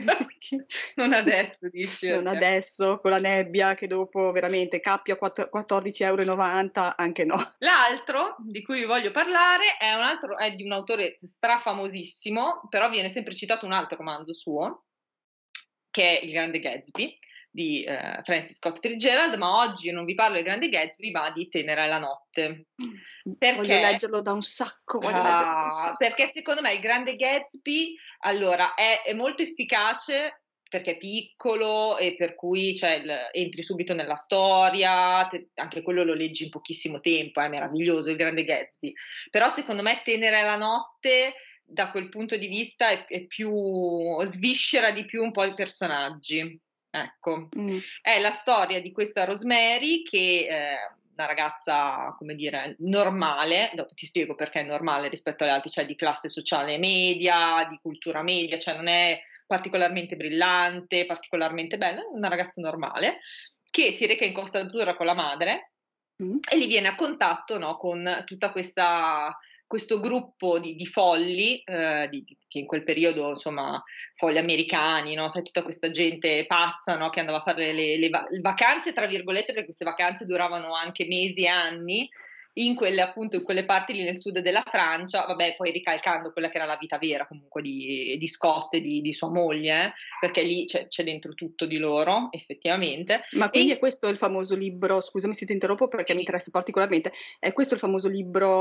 Non adesso dici, Non perché adesso, con la nebbia che dopo veramente cappio a 14,90 €, anche no. l'altro di cui vi voglio parlare è di un autore strafamosissimo, però viene sempre citato un altro romanzo suo, che è Il Grande Gatsby di, Francis Scott Fitzgerald, ma oggi non vi parlo del Grande Gatsby, ma di Tenera è la notte. Voglio Perché leggerlo da un sacco, voglio leggerlo da un perché sacco. secondo me Il Grande Gatsby, allora, è molto efficace perché è piccolo e per cui cioè entri subito nella storia, anche quello lo leggi in pochissimo tempo, è meraviglioso Il Grande Gatsby. Però secondo me Tenera è la notte, da quel punto di vista è più sviscera di più un po' i personaggi, ecco. Mh. È la storia di questa Rosemary che, una ragazza, come dire, normale, dopo ti spiego perché è normale rispetto agli altri, cioè di classe sociale media, di cultura media, cioè non è particolarmente brillante, particolarmente bella, è una ragazza normale, che si reca in Costa d'Azzurra con la madre Mh. e lì viene a contatto, no, con tutta questo gruppo di folli, che in quel periodo, insomma, folli americani, no, sai tutta questa gente pazza, no, che andava a fare le "vacanze" tra virgolette, perché queste vacanze duravano anche mesi e anni, in quelle appunto in quelle parti lì nel sud della Francia, vabbè poi ricalcando quella che era la vita vera comunque di Scott e di sua moglie, perché lì c'è dentro tutto di loro effettivamente. Ma E quindi in è questo il famoso libro, scusami se ti interrompo perché mi Dimmi. interessa particolarmente, è questo il famoso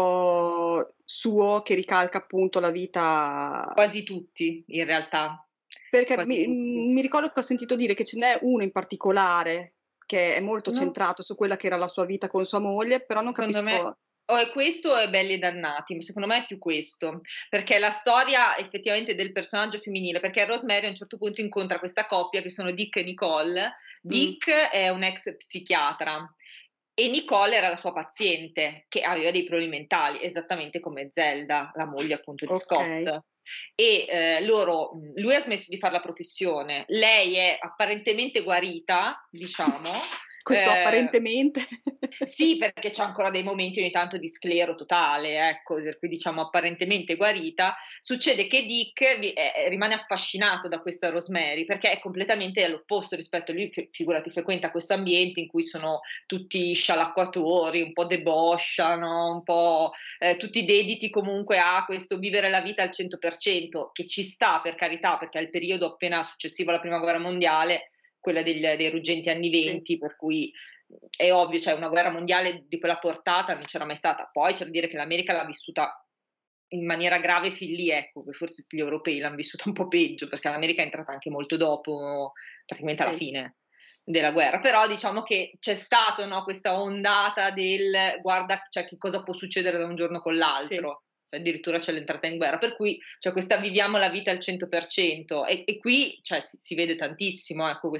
libro suo che ricalca appunto la vita. Quasi tutti in realtà, Perché quasi tutti. mi ricordo che ho sentito dire che ce n'è uno in particolare che è molto No, centrato su quella che era la sua vita con sua moglie, però non secondo me capisco. o è questo o è Belli e Dannati, ma secondo me è più questo, perché è la storia effettivamente del personaggio femminile, perché Rosemary a un certo punto incontra questa coppia che sono Dick e Nicole. Mh, Dick è un ex psichiatra e Nicole era la sua paziente, che aveva dei problemi mentali, esattamente come Zelda, la moglie appunto di okay. Scott. E, lui ha smesso di far la professione, lei è apparentemente guarita, diciamo, Questo ehm apparentemente. sì, perché c'ha ancora dei momenti ogni tanto di sclero totale, ecco, per cui diciamo apparentemente guarita. Succede che Dick rimane affascinato da questa Rosemary, perché è completamente all'opposto rispetto a lui, figurati, frequenta questo ambiente in cui sono tutti scialacquatori, un po' debosciano, un po', tutti dediti comunque a questo vivere la vita al 100%, che ci sta per carità, perché è il periodo appena successivo alla prima guerra mondiale, quella dei ruggenti anni Sì. '20, per cui è ovvio, cioè una guerra mondiale di quella portata non c'era mai stata. Poi c'è da dire che l'America l'ha vissuta in maniera grave fin lì, ecco, che forse gli europei l'han vissuta un po' peggio, perché l'America è entrata anche molto dopo, praticamente alla Sì. fine della guerra. Però diciamo che c'è stato, no, questa ondata del guarda, cioè, che cosa può succedere da un giorno con Sì. l'altro. Addirittura c'è l'entrata in guerra, per cui c'è questa viviamo la vita al 100%, e qui, cioè, si vede tantissimo, ecco,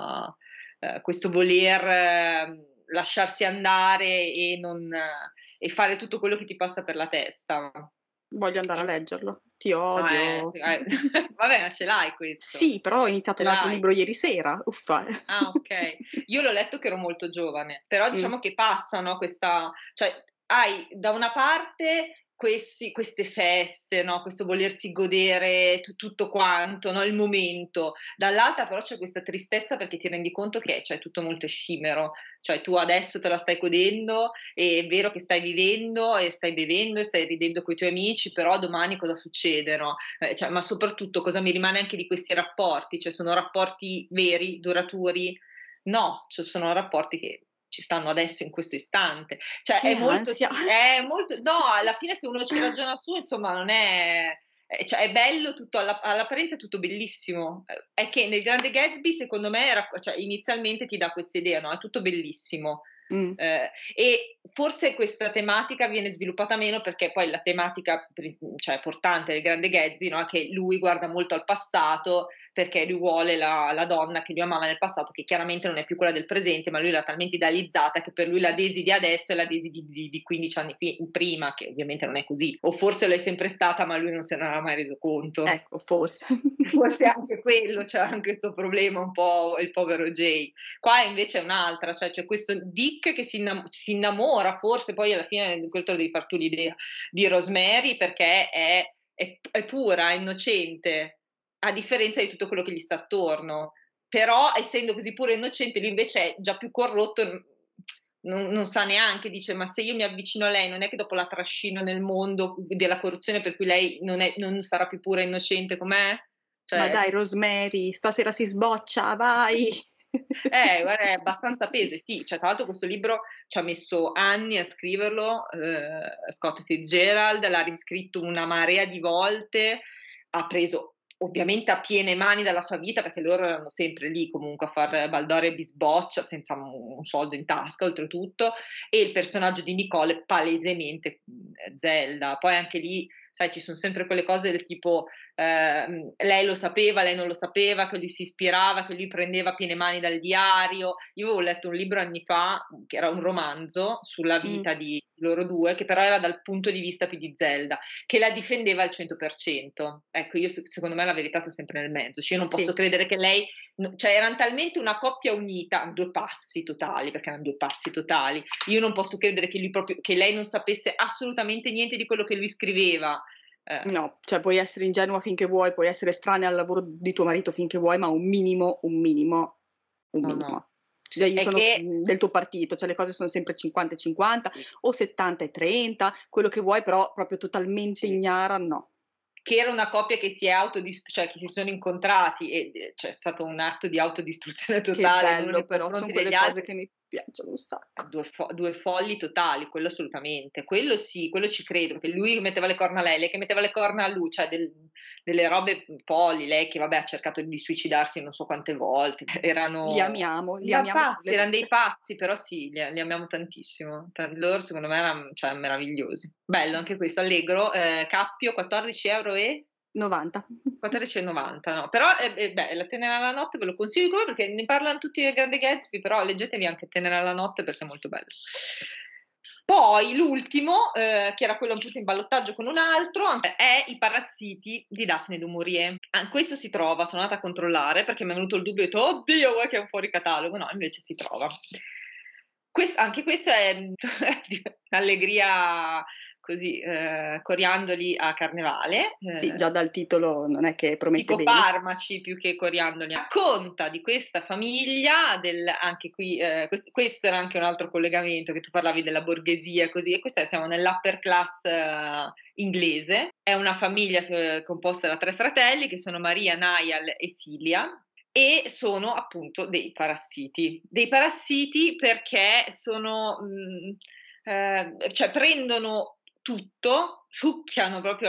questo voler lasciarsi andare e non e fare tutto quello che ti passa per la testa. Voglio andare a In leggerlo. Ti sì, odio. vabbè, ma ce l'hai questo, Sì, però ho iniziato ce un altro l'hai. libro ieri sera. Uffa. Ah, okay. Io l'ho letto che ero molto giovane, però Mh. diciamo che passa, no, questa, cioè hai da una parte queste feste, no, questo volersi godere tutto quanto, no, il momento, dall'altra però c'è questa tristezza perché ti rendi conto che, cioè, è tutto molto effimero, cioè tu adesso te la stai godendo, è vero che stai vivendo e stai bevendo e stai ridendo coi tuoi amici, però domani cosa succede, no? Cioè, ma soprattutto cosa mi rimane anche di questi rapporti? Cioè, sono rapporti veri, duraturi? No, cioè sono rapporti che ci stanno adesso in questo istante. Cioè Che ansia. è molto, no, alla fine se uno ci ragiona su, insomma, non è, cioè è bello tutto, all'apparenza è tutto bellissimo. È che nel Grande Gatsby secondo me era, cioè inizialmente ti dà quest'idea, no, è tutto bellissimo. Mh. E forse questa tematica viene sviluppata meno perché poi la tematica cioè portante del Grande Gatsby, no, è che lui guarda molto al passato perché lui vuole la donna che lui amava nel passato, che chiaramente non è più quella del presente, ma lui l'ha talmente idealizzata che per lui la Daisy di adesso è la Daisy di 15 anni prima, che ovviamente non è così. O forse lo è sempre stata, ma lui non se ne era mai reso conto. Ecco, forse. Forse anche quello, c'era anche 'sto problema un po' il povero Jay. Qua invece è un'altra, cioè c'è questo Dick che si innamora, forse poi alla fine quel te lo devi far tu l'idea, di Rosemary perché è pura, è innocente, a differenza di tutto quello che gli sta attorno. Però essendo così pura e innocente, lui invece è già più corrotto, non sa neanche, dice: "Ma se io mi avvicino a lei, non è che dopo la trascino nel mondo della corruzione per cui lei non sarà più pura e innocente com'è?" Ma Cioè, dai Rosemary, stasera si sboccia, vai. guarda, è abbastanza peso, e sì, cioè tra l'altro questo libro ci ha messo anni a scriverlo, Scott Fitzgerald l'ha riscritto una marea di volte, ha preso ovviamente a piene mani dalla sua vita, perché loro erano sempre lì comunque a far baldore e bisboccia senza un soldo in tasca oltretutto, e il personaggio di Nicole è palesemente, Zelda. Poi anche lì, sai, ci son sempre quelle cose del tipo, lei lo sapeva, lei non lo sapeva, che lui si ispirava, che lui prendeva a piene mani dal diario. Io avevo letto un libro anni fa, che era un romanzo sulla Mh, vita di loro 2, che però era dal punto di vista più di Zelda, che la difendeva al 100%. Ecco, io secondo me la verità sta sempre nel mezzo, cioè io non posso sì. credere che lei, cioè eran talmente una coppia unita, 2 pazzi totali, perché eran 2 pazzi totali. Io non posso credere che lei non sapesse assolutamente niente di quello che lui scriveva. No, cioè puoi essere ingenua finché vuoi, puoi essere estranea al lavoro di tuo marito finché vuoi, ma un No, no. minimo. Cioè io È sono, che del tuo partito, cioè le cose sono sempre 50 e 50 o 70 e 30, quello che vuoi, però proprio totalmente sì. ignara no. Che era una coppia che si è cioè che si sono incontrati e c'è stato un atto di autodistruzione Che totale l'uno bello nei però, son confronti quelle degli cose altri. che mi piacciono un sacco. 2 folli totali, quello assolutamente. Quello sì, quello ci credo, perché lui metteva le corna a lei che metteva le corna a lui, cioè delle robe folli. Lei che vabbè ha cercato di suicidarsi non so quante volte, Li amiamo con le eran dei vite. pazzi, però sì, li amiamo tantissimo. Loro secondo me eran, cioè, meravigliosi. Bello anche questo, allegro, Cappio 14 € e 90. 14,90, no, però beh, la Tenera alla notte ve lo consiglio pure perché ne parlano tutti del Grande Gatsby, però leggetevi anche Tenera alla notte perché è molto bello. Poi l'ultimo, che era quello appunto in ballottaggio con un altro, è I parassiti di Daphne du Maurier. Questo si trova, sono andata a controllare perché m'è venuto il dubbio, ho detto: "Oddio, vuoi che è un fuori catalogo?" No, invece si trova. Anche questo è di allegria così, coriandoli a carnevale, Sì, già dal titolo non è che promette bene. psicofarmaci più che coriandoli. Racconta di questa famiglia anche qui, questo era anche un altro collegamento, che tu parlavi della borghesia così, e questa siamo nell'upper class inglese. È una famiglia composta da 3 fratelli che sono Maria, Niall e Celia, e sono appunto dei parassiti perché sono, cioè prendono tutto, succhiano proprio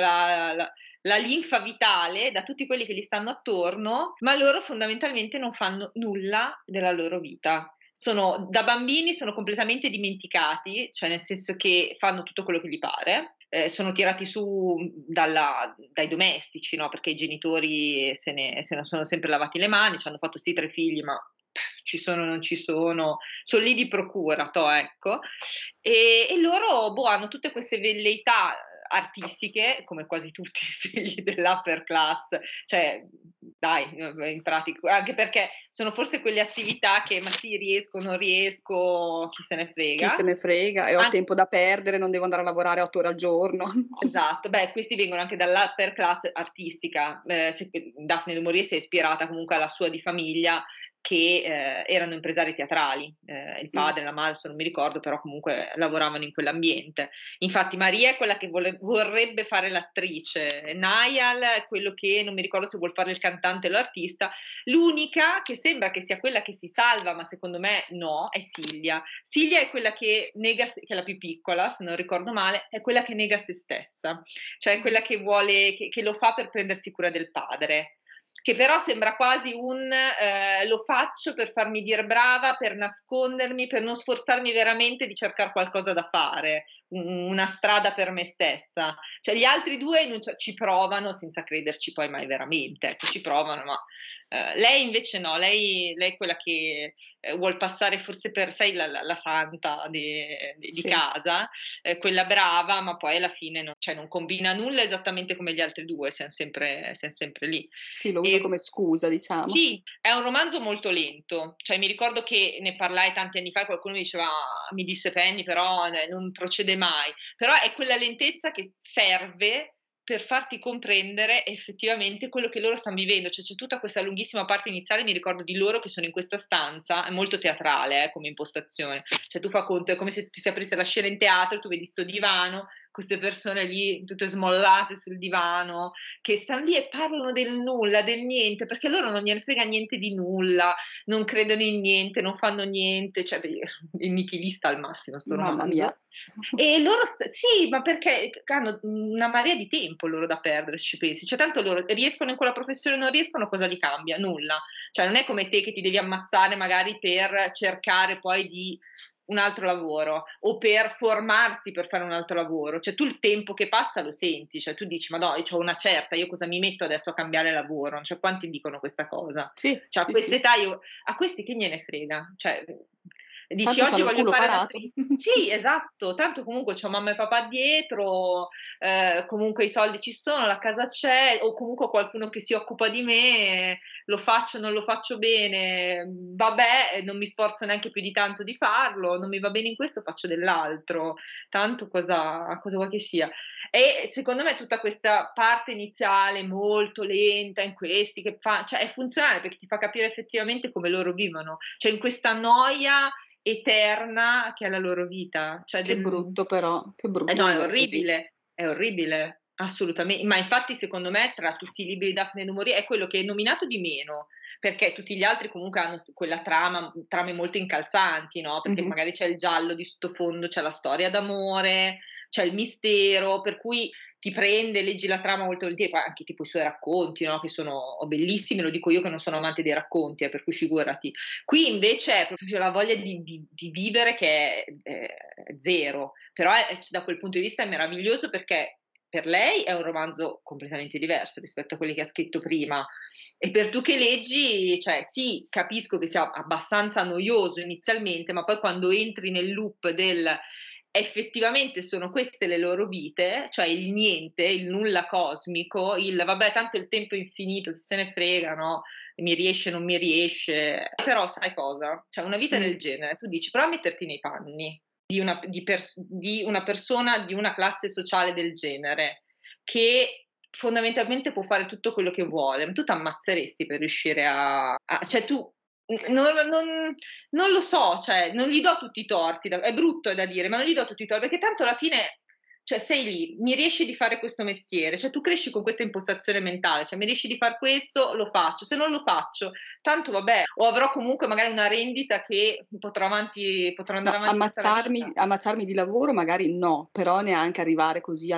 la linfa vitale da tutti quelli che gli stanno attorno, ma loro fondamentalmente non fanno nulla della loro vita. Da bambini sono completamente dimenticati, cioè nel senso che fanno tutto quello che gli pare, sono tirati su dai domestici, no, perché i genitori se ne sono sempre lavati le mani, c'hanno fatto sì 3 figli, ma ci sono, non ci sono, son lì di procura, ecco. E loro, boh, hanno tutte queste velleità artistiche, come quasi tutti i figli dell'upper class, cioè dai, in pratica, anche perché sono forse quelle attività che: "Ma sì, riesco, non riesco, chi se ne Chi se frega". ne frega e ho An tempo da perdere, non devo andare a lavorare 8 ore al giorno. Esatto, beh, questi vengono anche dall'upper class artistica. Daphne du Maurier si è ispirata comunque alla sua di famiglia che, erano impresari teatrali. Il Mh. padre e la madre adesso non mi ricordo, però comunque lavoravano in quell'ambiente. Infatti Maria è quella che vorrebbe fare l'attrice, Niall è quello che non mi ricordo se vuol fare il cantante o l'artista. L'unica che sembra che sia quella che si salva, ma secondo me no, è Silvia. Silvia è quella che che è la più piccola, se non ricordo male, è quella che nega se stessa, cioè è quella che vuole che lo fa per prendersi cura del padre, che però sembra quasi lo faccio per farmi dir brava, per nascondermi, per non sforzarmi veramente di cercar qualcosa da fare, una strada per me stessa. Cioè gli altri 2 in un cer ci provano senza crederci poi mai veramente, ecco, ci provano, ma, lei invece no, lei è quella che vuol passare forse per, sai, la santa di Sì. casa, quella brava, ma poi alla fine non combina nulla esattamente come gli altri 2, siam sempre lì. Sì, lo usa E come scusa, diciamo. sì, è un romanzo molto lento, cioè mi ricordo che ne parlai tanti anni fa e qualcuno mi diceva: "Ah", mi disse Penny, però non procede mai. Però è quella lentezza che serve per farti comprendere effettivamente quello che loro stan vivendo. Cioè c'è tutta questa lunghissima parte iniziale, mi ricordo di loro che sono in questa stanza, è molto teatrale come impostazione, cioè tu fa conto, è come se ti si aprisse la scena in teatro, tu vedi 'sto divano, queste persone lì tutte smollate sul divano, che stan lì e parlano del nulla, del niente, perché loro non gliene frega niente di nulla, non credono in niente, non fanno niente, cioè il nichilista al massimo 'sto Mamma mia. romanzo. E loro sì, ma perché hanno una marea di tempo loro da perdere, se ci pensi. Cioè tanto loro riescono in quella professione o non riescono, cosa gli cambia? Nulla. Cioè non è come te che ti devi ammazzare magari per cercare poi di un altro lavoro o per formarti per fare un altro lavoro. Cioè tu il tempo che passa lo senti, cioè tu dici: "Ma no, io c'ho una certa, io cosa mi metto adesso a cambiare lavoro?" Cioè quanti dicono questa cosa? Sì, Cioè a sì, sì. quest'età io a questi chi gliene frega? Cioè, dici: Tanto "Oggi c'hanno il voglio culo fare parato. l'attri". Sì, esatto, tanto comunque c'ho mamma e papà dietro, comunque i soldi ci sono, la casa c'è, o comunque ho qualcuno che si occupa di me, lo faccio, non lo faccio bene, vabbè, non mi sforzo neanche più di tanto di farlo, non mi va bene in questo, faccio dell'altro, tanto cosa vuoi che sia. E secondo me tutta questa parte iniziale molto lenta in questi che cioè è funzionale perché ti fa capire effettivamente come loro vivono, cioè in questa noia eterna che è la loro vita, cioè Che brutto però, che brutto no, vivere così. è orribile, ma infatti secondo me tra tutti i libri di Daphne du Maurier è quello che è nominato di meno, perché tutti gli altri comunque hanno quella trame molto incalzanti, no, perché Mh-mh. magari c'è il giallo di sottofondo, c'è la storia d'amore, c'è il mistero, per cui ti prende, leggi la trama molto volentieri, poi anche tipo i suoi racconti, no, che sono bellissimi, lo dico io che non sono amante dei racconti, per cui figurati. Qui invece è proprio la voglia di vivere che è zero, però da quel punto di vista è meraviglioso perché per lei è un romanzo completamente diverso rispetto a quelli che ha scritto prima e per tu che leggi, cioè sì, capisco che sia abbastanza noioso inizialmente, ma poi quando entri nel loop del effettivamente sono queste le loro vite, cioè il niente, il nulla cosmico, il vabbè tanto il tempo è infinito, chi se ne frega, no, mi riesce, non mi riesce. Però sai cosa? Cioè una vita Mh. del genere, tu dici prova a metterti nei panni di una persona di una classe sociale del genere, che fondamentalmente può fare tutto quello che vuole, ma tu t'ammazzeresti per riuscire cioè tu non lo so, cioè non gli do tutti i torti, è brutto da dire, ma non gli do tutti i torti, perché tanto alla fine cioè sei lì, mi riesci di fare questo mestiere, cioè tu cresci con questa impostazione mentale, cioè mi riesci di far questo, lo faccio, se non lo faccio, tanto vabbè, o avrò comunque magari una rendita che potrò andare No, avanti tutta la vita. ammazzarmi di lavoro magari no, però neanche arrivare così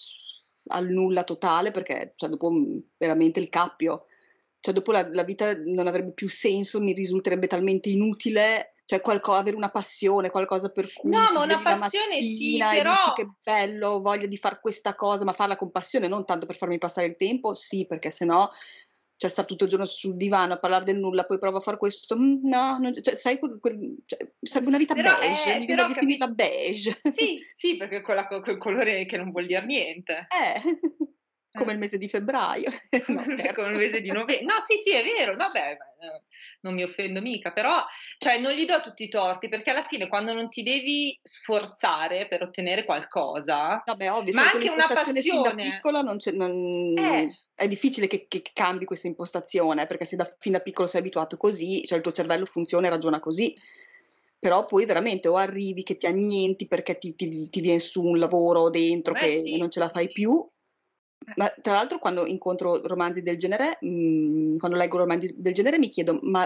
al nulla totale perché, cioè dopo, veramente il cappio. Cioè dopo la vita non avrebbe più senso, mi risulterebbe talmente inutile, cioè avere una passione, qualcosa per cui No, ti ma una svegli la passione sì, mattina e però dici: "Che bello, ho voglia di far questa cosa", ma farla con passione, non tanto per farmi passare il tempo, sì, perché se no, cioè star tutto il giorno sul divano a parlar del nulla, poi provo a far questo, no, non cioè sai cioè sarebbe una vita beige, mi vien da però definirla beige. sì, sì, perché quel colore che non vuol dir niente. Eh, come Eh. il mese di febbraio. No, Come il scherzo. mese di no, sì, sì, è vero, no, beh, non mi offendo mica, però, cioè, non gli do tutti i torti, perché alla fine quando non ti devi sforzare per ottenere qualcosa, No, beh, ovvio, se ma hai anche una quell'impostazione fin da passione piccolo eh, è difficile che cambi questa impostazione, perché se fin da piccolo sei abituato così, cioè il tuo cervello funziona e ragiona così. Però poi veramente o arrivi che ti annienti perché ti vien su un lavoro dentro che sì, non ce la sì, fai sì. più. Eh, Ma tra l'altro quando incontro romanzi del genere, quando leggo romanzi del genere mi chiedo: "Ma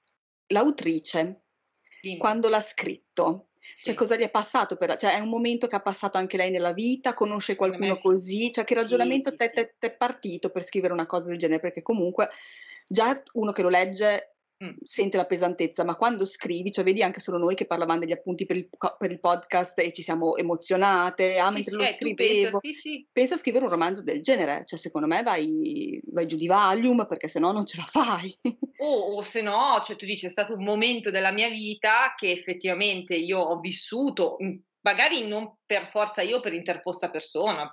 l'autrice dimmi. quando l'ha scritto, cioè Sì, cosa gli è passato cioè è un momento che ha passato anche lei nella vita, conosce secondo me qualcuno sì. così, cioè che Sì, ragionamento sì, sì. t'è partito per scrivere una cosa del genere? Perché comunque già uno che lo legge Mh. sente la pesantezza, ma quando scrivi, cioè vedi anche solo noi che parlavam degli appunti per il podcast e ci siamo emozionate: "Ah, Sì, mentre sì, lo tu pensa, scrivevo". sì, sì. Pensa a scrivere un romanzo del genere, cioè secondo me vai giù di Valium perché se no non ce la fai. O se no, cioè tu dici: "È stato un momento della mia vita che effettivamente io ho vissuto", magari non per forza io per interposta persona,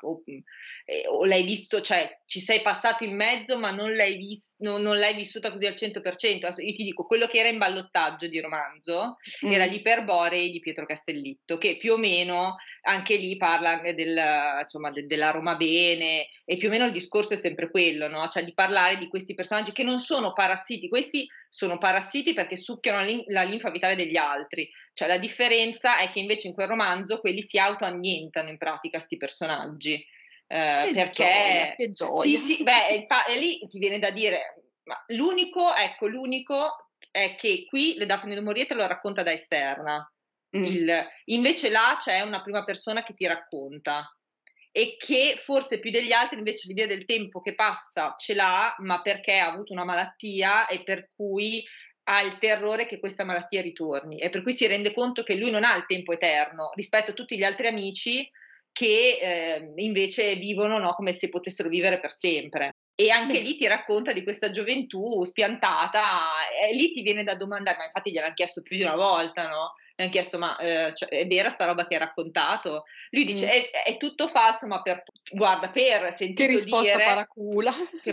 o l'hai visto, cioè ci sei passato in mezzo, ma non l'hai vissuta così al 100%. Adesso io ti dico, quello che era in ballottaggio di romanzo era Mh. Gli Iperborei di Pietro Castellitto, che più o meno anche lì parla anche insomma, della Roma bene, e più o meno il discorso è sempre quello, no, cioè di parlare di questi personaggi che non sono parassiti, questi sono parassiti perché succhiano la linfa vitale degli altri. Cioè la differenza è che invece in quel romanzo quelli si autoannientano in pratica 'sti personaggi, perché Che sì, gioia. sì, beh, e lì ti viene da dire, ma l'unico è che qui le Daphne du Maurier te lo racconta da esterna. Mh. Invece là c'è una prima persona che ti racconta e che forse più degli altri invece l'idea del tempo che passa ce l'ha, ma perché ha avuto una malattia e per cui ha il terrore che questa malattia ritorni e per cui si rende conto che lui non ha il tempo eterno rispetto a tutti gli altri amici che, invece vivono, no, come se potessero vivere per sempre. E anche Beh, lì ti racconta di questa gioventù spiantata e lì ti viene da domandare, ma infatti gliel'han chiesto più di una volta, no, le han chiesto: "Ma, cioè è vera sta roba che hai raccontato?" Lui dice: mh. È tutto falso, ma guarda, per Che sentito risposta dire paracula.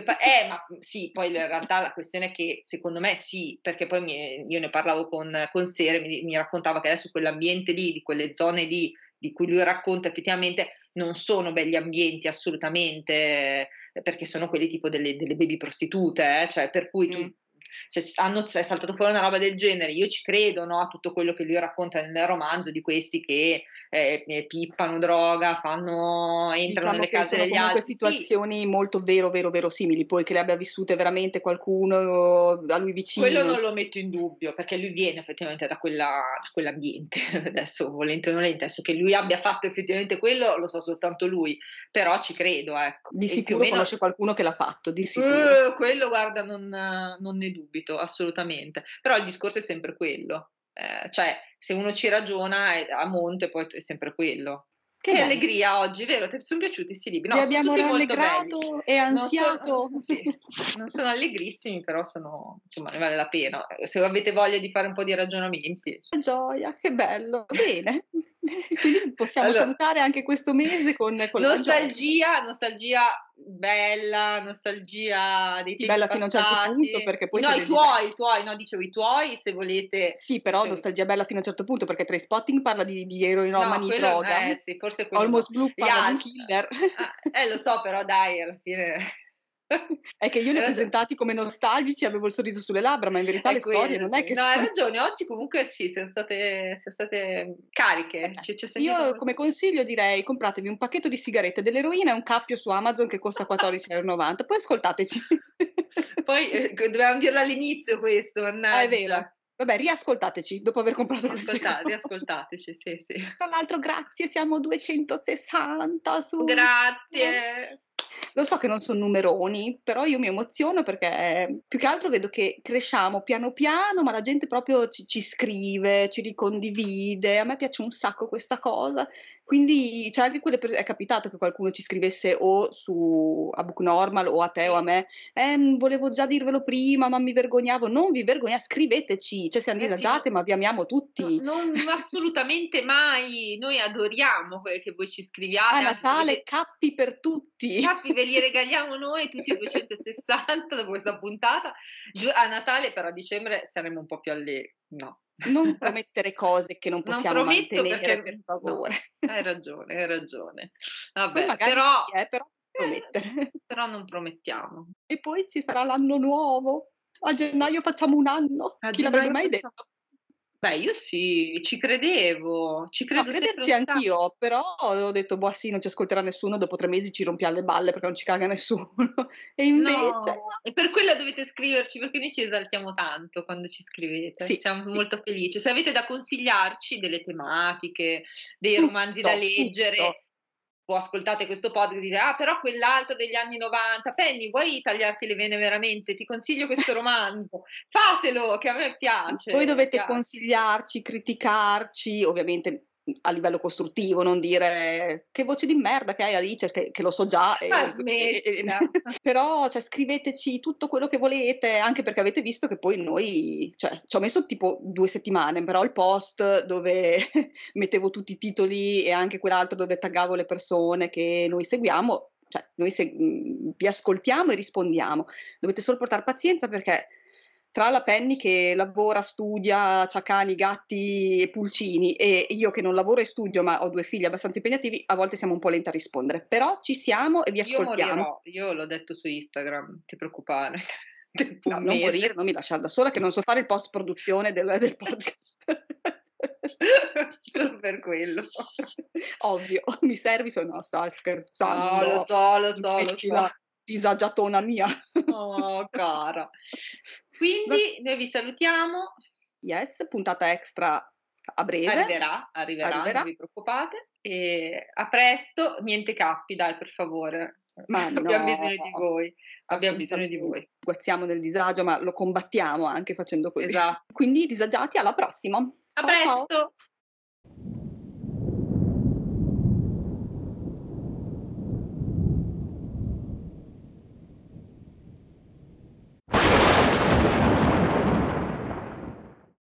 ma sì, poi in realtà la questione è che secondo me sì, perché poi io ne parlavo con Sere, mi raccontava che adesso quell'ambiente lì, di quelle zone lì, di cui lui racconta effettivamente non sono begli ambienti assolutamente, perché sono quelli tipo delle baby prostitute, cioè per cui tu Mh. se è saltato fuori una roba del genere, io ci credo, no, a tutto quello che lui racconta nel romanzo di questi che, pippano droga, entrano Diciamo nelle che case sono degli comunque altri. Sì, situazioni molto verosimili, poi che le abbia vissute veramente qualcuno a lui quello vicino. non lo metto in dubbio, perché lui viene effettivamente da quell'ambiente. Adesso volente o nolente, adesso che lui abbia fatto effettivamente quello lo so soltanto lui, però ci credo, ecco. Di E più o sicuro meno conosce qualcuno che l'ha fatto, di sicuro. quello guarda non ne dubito assolutamente. Però il discorso è sempre quello. Cioè se uno ci ragiona, a monte poi è sempre quello. Che Che bello. allegria oggi, vero? Ti son piaciuti 'sti libri? Vi No, son abbiamo tutti molto belli. rallegrato e Non so ansiato. sì, non sono allegrissimi, però insomma ne vale la pena. Se avete voglia di fare un po' di ragionamenti. Che gioia, che bello. Bene. Quindi possiamo Allo salutare anche questo mese con la gioia. nostalgia bella, nostalgia dei Sì, tempi bella fino a un certo punto, passati. perché poi No, c'è i tuoi, no, dicevo i tuoi se volete sì, però se nostalgia bella fino a un certo punto, perché Trainspotting parla di no, eroinomani, quello droga. sì, forse quello no. Almost Blue Gli parla di un alt killer. lo so, però dai alla fine È che io li ho Hai ragione. presentati come nostalgici, avevo il sorriso sulle labbra, ma in verità È le storie quello, non è sì. che No, hai sono ragione, oggi comunque sì, siam state cariche, vabbè. ci ho sentito Io molto. come consiglio direi: compratevi un pacchetto di sigarette, dell'eroina e un cappio su Amazon che costa 14,90 €, poi ascoltateci. Poi, dovevamo dirlo all'inizcio questo, Ah, è vero. mannaggia. Vabbè, riascoltateci dopo aver comprato queste cose. Riascoltateci, sì, sì. Tra l'altro grazie, siamo 260 su Instagram. Grazie. Lo so che non son numeroni, però io mi emoziono perché più che altro vedo che cresciamo piano piano, ma la gente proprio ci scrive, ci ricondivide. A me piace un sacco questa cosa. Quindi cioè anche quelle è capitato che qualcuno ci scrivesse o su a Book Normal o a te o a Sì. me: volevo già dirvelo prima, ma mi vergognavo". Non vi scriveteci, cioè siam Ragazzi, no, disagiate, ma vi amiamo no, tutti. non assolutamente mai. Noi adoriamo che voi ci A scriviate, anzi se Natale avete cappi per tutti. scappi ve li regaliamo noi tutti e 260 dopo questa puntata. A Natale però a dicembre saremo un po' più no. Non promettere cose che non Non possiamo prometto mantenere, per perché no, favore. hai ragione, hai ragione. Poi Vabbè, magari sì, però promettere. però non promettiamo. E poi ci sarà l'anno nuovo. A gennaio facciamo 1 anno. A Chi l'avrebbe gennaio mai faccia detto? Beh, io sì, ci credevo, ci No, credo sempre crederci sta anch'io, però ho detto: "Boh, sì, non ci ascolterà nessuno, dopo 3 mesi ci rompiam le balle perché non ci caga nessuno." E invece No, e per quello dovete scriverci, perché noi ci esaltiamo tanto quando ci scrivete. sì, Siamo sì, molto felici. Se avete da consigliarci delle tematiche, dei romanzi da tutto, tutto. leggere, o ascoltate questo podcast e dite: "Ah, però quell'altro degli anni '90, Penny vuoi tagliarti le vene veramente? Ti consiglio questo romanzo." Fatelo, che a me Voi piace, dovete piace. consigliarci, criticarci, ovviamente, a livello costruttivo, non dire: "Che voce di merda che hai Alice", che lo so già, Ma e smettila. però cioè scriveteci tutto quello che volete, anche perché avete visto che poi noi cioè ci ho messo tipo 2 settimane, però il post dove mettevo tutti i titoli e anche quell'altro dove taggavo le persone che noi seguiamo, cioè noi vi ascoltiamo e rispondiamo. Dovete solo portar pazienza perché tra la Penny che lavora, studia, c'ha cani, gatti e pulcini e io che non lavoro e studio, ma ho 2 figli abbastanza impegnativi, a volte siamo un po' lenti a rispondere. Però ci siamo e vi Io ascoltiamo. morirò, io l'ho detto su Instagram, ti preoccupare. Dopo No, un non mese. morire, non mi lasciar da sola che non so fare il post produzione del podcast. Solo per quello. Ovvio, mi servi se no stai No, lo scherzando. so, lo so, lo so. Smettila, disagiatona mia. Oh, cara. Va Quindi noi vi salutiamo, yes, puntata extra a breve, arriverà, non arriverà. vi preoccupate e a presto. Niente cappi dai, per favore. Ma Abbiam no, bisogno di voi, abbiam bisogno di assolutamente. voi. Guazziamo nel disagio, ma lo combattiamo anche facendo così. Esa Quindi disagiati, alla prossima. A Ciao, ciao. presto.